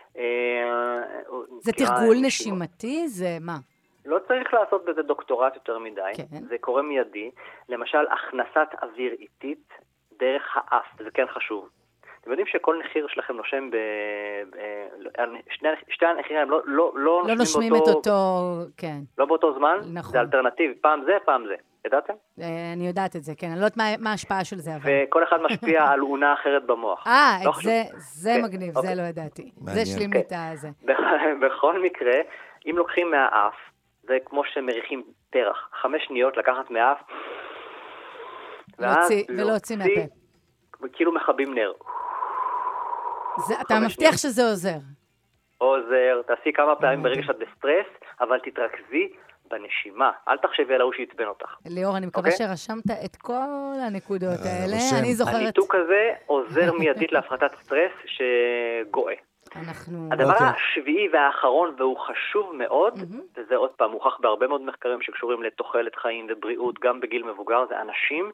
זה תרגול נשימתי? זה מה? לא צריך לעשות בזה דוקטורט יותר מדי, כן. זה קורה מיידי, למשל הכנסת אוויר איטית דרך האף, זה כן חשוב. אתם יודעים שכל נחיר שלכם נושם ב... שני, שתי הנחירים לא, לא, לא, לא נושמים באותו... את אותו, כן. לא באותו זמן, נכון. זה אלטרנטיבי, פעם זה, פעם זה. ידעתם? אני יודעת את זה, כן, אני לא יודעת מה, מה ההשפעה של זה, אבל... וכל אחד משפיע על עונה אחרת במוח. אה, לא זה, זה כן, מגניב, אוקיי. זה לא ידעתי. מעניין. זה שלים לי את הזה. בכל מקרה, אם לוקחים מהאף, זה כמו שמריחים פרח, חמש שניות לקחת מהאף, להוציא, ולהוציא מהפה. כאילו מכבים נר. זה, אתה מבטיח שניות. שזה עוזר. עוזר, תעשי כמה פעמים ברגע שאת בסטרס, אבל תתרכזי בנשימה. אל תחשבי על ההוא שיצבן אותך. ליאור, אני מקווה okay? שרשמת את כל הנקודות האלה. אני זוכרת... הניתוק הזה עוזר מיידית להפחתת סטרס שגואה. אנחנו... הדבר okay. השביעי והאחרון, והוא חשוב מאוד, mm-hmm. וזה עוד פעם מוכח בהרבה מאוד מחקרים שקשורים לתוחלת חיים ובריאות, גם בגיל מבוגר, זה אנשים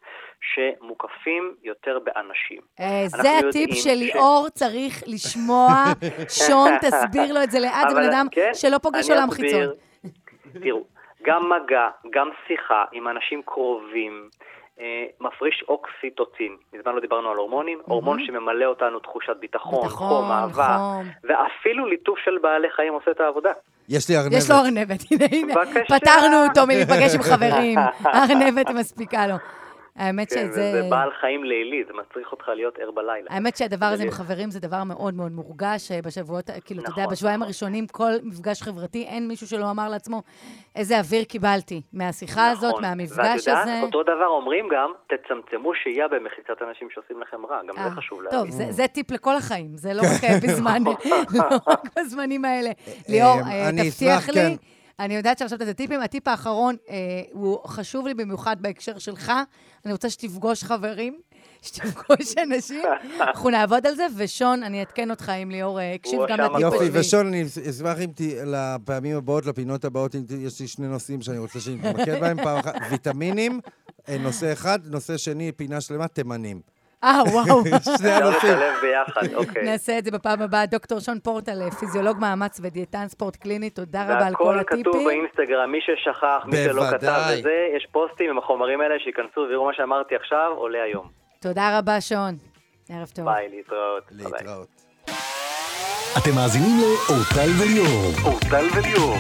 שמוקפים יותר באנשים. אה, זה הטיפ של ליאור, ש... צריך לשמוע. שון, תסביר לו את זה לאט, בן אדם כן, שלא פוגש עולם אסביר, חיצון. תראו, גם מגע, גם שיחה עם אנשים קרובים, אה, מפריש אוקסיטוצין. מזמן לא דיברנו על הורמונים, mm-hmm. הורמון שממלא אותנו תחושת ביטחון, ביטחון חום, אהבה, חום. ואפילו ליטוף של בעלי חיים עושה את העבודה. יש לי ארנבת. יש לו ארנבת, הנה, הנה, פתרנו אותו מלהיפגש עם חברים. ארנבת מספיקה לו. האמת שזה... זה בעל חיים לילי, זה מצריך אותך להיות ער בלילה. האמת שהדבר הזה עם חברים זה דבר מאוד מאוד מורגש בשבועות, כאילו, אתה יודע, בשבועיים הראשונים, כל מפגש חברתי, אין מישהו שלא אמר לעצמו, איזה אוויר קיבלתי מהשיחה הזאת, מהמפגש הזה. ואת יודעת, אותו דבר אומרים גם, תצמצמו שהייה במחיצת אנשים שעושים לכם רע, גם זה חשוב להבין. טוב, זה טיפ לכל החיים, זה לא רק בזמן, לא רק בזמנים האלה. ליאור, תבטיח לי, אני יודעת שעכשיו את הטיפים, הטיפ האחרון אה, הוא חשוב לי במיוחד בהקשר שלך, אני רוצה שתפגוש חברים, שתפגוש אנשים, אנחנו נעבוד על זה, ושון, אני אתקן אותך עם ליאור, הקשיב גם לטיפ שלי. יופי, ושון, אני אשמח אם לפעמים הבאות, לפינות הבאות, יש לי שני נושאים שאני רוצה שנתמקד בהם, פעם אחת, ויטמינים, נושא אחד, נושא שני, פינה שלמה, תימנים. אה, וואו. שני הנושאים. ביחד, אוקיי. נעשה את זה בפעם הבאה. דוקטור שון פורטל, פיזיולוג מאמץ ודיאטן ספורט קליני, תודה רבה על כל הטיפים. והכל כתוב באינסטגרם, מי ששכח, מי שלא כתב וזה, יש פוסטים עם החומרים האלה שיכנסו ויראו מה שאמרתי עכשיו, עולה היום. תודה רבה, שון. ערב טוב. ביי, להתראות. להתראות. אתם מאזינים לאורטל וליאור. אורטל וליאור.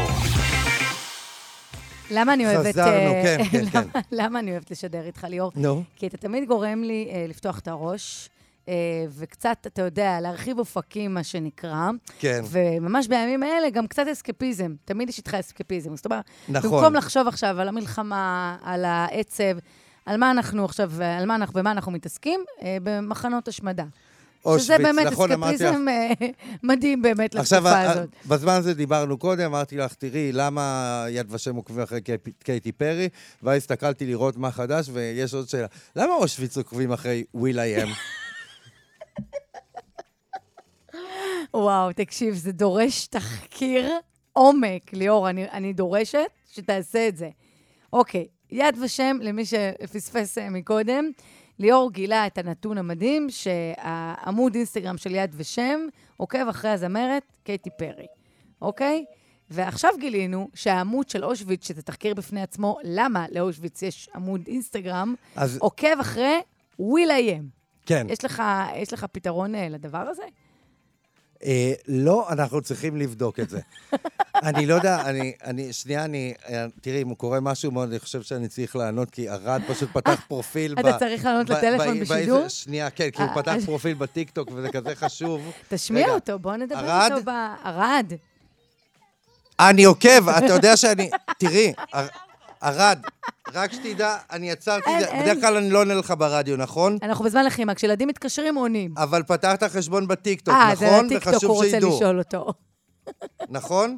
למה אני אוהבת... חזרנו, כן, כן, כן. למה אני אוהבת לשדר איתך, ליאור? נו. כי אתה תמיד גורם לי לפתוח את הראש, וקצת, אתה יודע, להרחיב אופקים, מה שנקרא. כן. וממש בימים האלה גם קצת אסקפיזם. תמיד יש איתך אסקפיזם. זאת אומרת, נכון. במקום לחשוב עכשיו על המלחמה, על העצב, על מה אנחנו עכשיו, על מה אנחנו, במה אנחנו מתעסקים, במחנות השמדה. שזה באמת אסקפיזם מדהים באמת לתקופה הזאת. בזמן הזה דיברנו קודם, אמרתי לך, תראי, למה יד ושם עוקבים אחרי קייטי פרי, ואז הסתכלתי לראות מה חדש, ויש עוד שאלה. למה אושוויץ עוקבים אחרי וויל איי אם? וואו, תקשיב, זה דורש תחקיר עומק, ליאור, אני, אני דורשת שתעשה את זה. אוקיי, יד ושם, למי שפספס מקודם, ליאור גילה את הנתון המדהים, שהעמוד אינסטגרם של יד ושם עוקב אחרי הזמרת קייטי פרי, אוקיי? ועכשיו גילינו שהעמוד של אושוויץ, שזה תחקיר בפני עצמו, למה לאושוויץ יש עמוד אינסטגרם, אז... עוקב אחרי וויל איי אם. כן. יש לך, יש לך פתרון לדבר הזה? אה, לא, אנחנו צריכים לבדוק את זה. אני לא יודע, אני, אני, שנייה, אני, תראי, אם הוא קורא משהו מאוד, אני חושב שאני צריך לענות, כי ארד פשוט פתח פרופיל... אתה צריך לענות לטלפון בשידור? שנייה, כן, כי הוא פתח פרופיל בטיקטוק, וזה כזה חשוב. תשמיע אותו, בוא נדבר איתו בארד. אני עוקב, אתה יודע שאני... תראי, ארד, רק שתדע, אני יצרתי... בדרך כלל אני לא עונה לך ברדיו, נכון? אנחנו בזמן לחימה, כשילדים מתקשרים עונים. אבל פתחת חשבון בטיקטוק, נכון? אה, זה הטיקטוק, הוא רוצה לשאול אותו. נכון?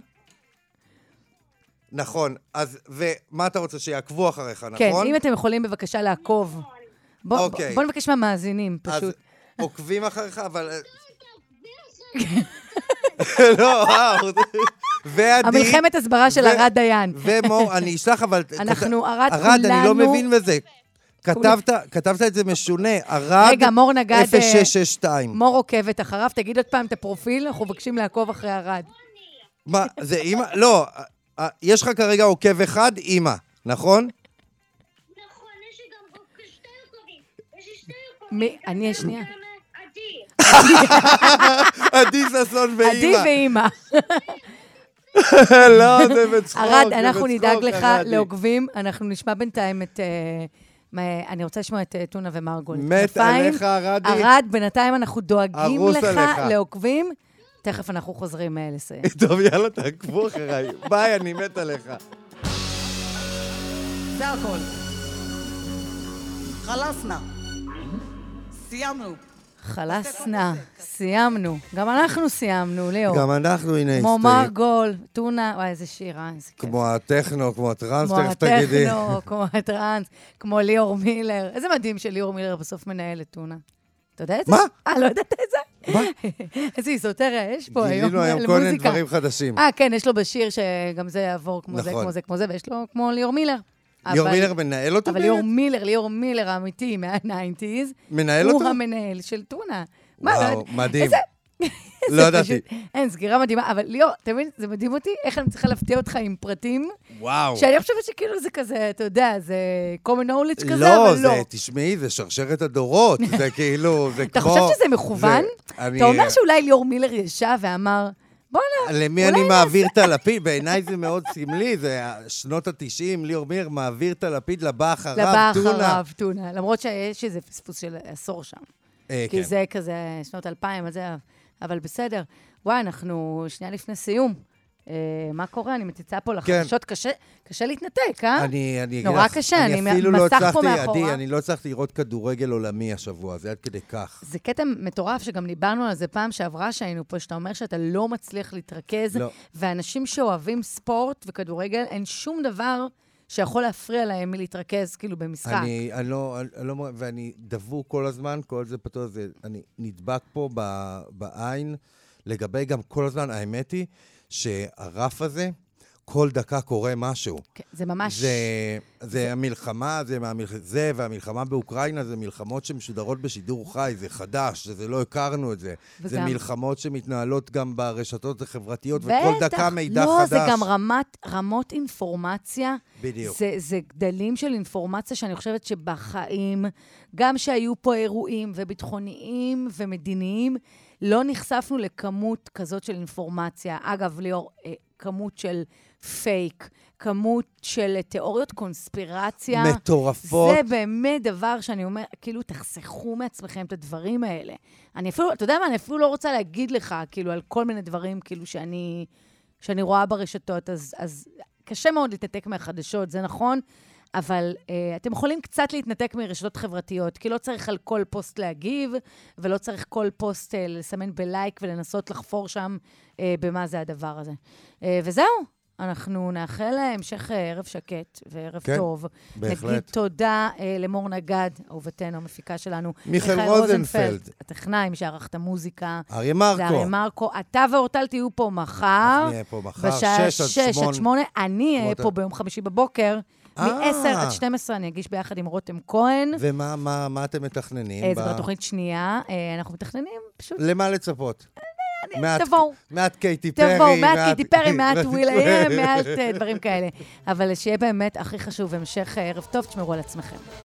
נכון. אז, ומה אתה רוצה, שיעקבו אחריך, נכון? כן, אם אתם יכולים בבקשה לעקוב. בוא נבקש מהמאזינים, פשוט. אז עוקבים אחריך, אבל... לא, וואו. ועדי... המלחמת הסברה של ארד דיין. ומור, אני אשלח, אבל... אנחנו, ארד, כולנו... ארד, אני לא מבין בזה. כתבת, כתבת את זה משונה. ארד... רגע, מור נגד... אפס שש שש שתיים. מור עוקבת אחריו, תגיד עוד פעם את הפרופיל, אנחנו מבקשים לעקוב אחרי ארד. מה, זה אימא? לא, יש לך כרגע עוקב אחד, אימא, נכון? נכון, יש לי גם שתי עוקבים. יש לי שתי עוקבים. אני, שנייה. עדי ששון ואימא. עדי ואימא. לא, זה בצחוק. ארד, אנחנו נדאג לך לעוקבים, אנחנו נשמע בינתיים את... אני רוצה לשמוע את טונה ומרגול. מת עליך, ארדי. ארד, בינתיים אנחנו דואגים לך לעוקבים. תכף אנחנו חוזרים לסיים. טוב, יאללה, תעקבו אחריי. ביי, אני מת עליך. זה הכל. חלסנה. סיימנו. חלסנה, סיימנו. גם אנחנו סיימנו, ליאור. גם אנחנו, הנה, כמו מרגול, טונה, וואי, איזה שירה, איזה כיף. כמו הטכנו, כמו הטרנס, תכף תגידי. כמו הטכנו, כמו הטרנס, כמו ליאור מילר. איזה מדהים שליאור מילר בסוף מנהל את טונה. אתה יודע את זה? מה? אה, לא יודעת את זה? מה? איזה איסוטריה יש פה היום גילינו היום כל מיני דברים חדשים. אה, כן, יש לו בשיר שגם זה יעבור כמו זה, כמו זה, כמו זה, ויש לו כמו ליאור מילר. ליאור מילר מנהל אותו? אבל ליאור מילר, ליאור מילר האמיתי מה-תשעים. מנהל אותו? הוא המנהל של טונה. וואו, מדהים. לא ידעתי. אין, סגירה מדהימה, אבל ליאור, תמיד, זה מדהים אותי, איך אני צריכה להפתיע אותך עם פרטים. וואו. שאני חושבת שכאילו זה כזה, אתה יודע, זה common knowledge כזה, לא, אבל לא. זה, תשמעי, זה שרשרת הדורות, זה כאילו, זה כמו... אתה חושב שזה מכוון? אתה אומר שאולי ליאור מילר ישב ואמר, בוא'נה, למי אני מעביר את הלפיד? בעיניי זה מאוד סמלי, זה שנות ה-תשעים, ליאור מילר מעביר את הלפיד לבא אחריו, טונה. לבא אחריו, טונה. למרות שיש איזה פספוס של עשור שם. כי זה כזה שנות אלפיים, אבל בסדר. וואי, אנחנו שנייה לפני סיום. מה קורה? אני מציצה פה לחדשות, קשה להתנתק, אה? אני אגיד לך, נורא קשה, אני אפילו לא מסך פה מאחורה. הצלחתי, אני לא הצלחתי לראות כדורגל עולמי השבוע, זה עד כדי כך. זה קטע מטורף, שגם דיברנו על זה פעם שעברה שהיינו פה, שאתה אומר שאתה לא מצליח להתרכז, ואנשים שאוהבים ספורט וכדורגל, אין שום דבר שיכול להפריע להם מלהתרכז כאילו במשחק. אני, אני לא, אני לא, ואני דבור כל הזמן, כל זה פתאום, זה, אני נדבק פה בעין, לגבי גם כל הזמן, האמת היא, שהרף הזה, כל דקה קורה משהו. כן, זה ממש... זה, זה, זה... המלחמה, זה, מהמלח... זה והמלחמה באוקראינה, זה מלחמות שמשודרות בשידור חי, זה חדש, זה לא הכרנו את זה. וגם... זה מלחמות שמתנהלות גם ברשתות החברתיות, בטח, וכל דקה מידע לא, חדש. לא, זה גם רמת, רמות אינפורמציה. בדיוק. זה, זה גדלים של אינפורמציה שאני חושבת שבחיים, גם שהיו פה אירועים וביטחוניים ומדיניים, לא נחשפנו לכמות כזאת של אינפורמציה. אגב, ליאור, כמות של פייק, כמות של תיאוריות קונספירציה. מטורפות. זה באמת דבר שאני אומר, כאילו, תחסכו מעצמכם את הדברים האלה. אני אפילו, אתה יודע מה, אני אפילו לא רוצה להגיד לך, כאילו, על כל מיני דברים, כאילו, שאני, שאני רואה ברשתות, אז, אז קשה מאוד להתנתק מהחדשות, זה נכון, אבל uh, אתם יכולים קצת להתנתק מרשתות חברתיות, כי לא צריך על כל פוסט להגיב, ולא צריך כל פוסט uh, לסמן בלייק ולנסות לחפור שם uh, במה זה הדבר הזה. Uh, וזהו, אנחנו נאחל המשך ערב שקט וערב כן, טוב. בהחלט. נגיד תודה uh, למור נגד, אהובתנו, המפיקה שלנו. מיכאל רוזנפלד. הטכנאי, מי שערך את המוזיקה. אריה מרקו. זה אריה מרקו. אתה ואורטל תהיו פה מחר. אני אהיה פה מחר, בשעה שש עד שש עד שמונה. שמונה. אני אהיה אותה. פה ביום חמישי בבוקר. מ-עשר עד שתים עשרה אני אגיש ביחד עם רותם כהן. ומה מה, מה אתם מתכננים? זה כבר תוכנית שנייה. אנחנו מתכננים פשוט... למה לצפות? תבואו. מעט קייטי פרי. תבואו, מעט קייטי פרי, מעט וויל-איי-אם, מעט דברים כאלה. אבל שיהיה באמת הכי חשוב, המשך ערב טוב, תשמרו על עצמכם.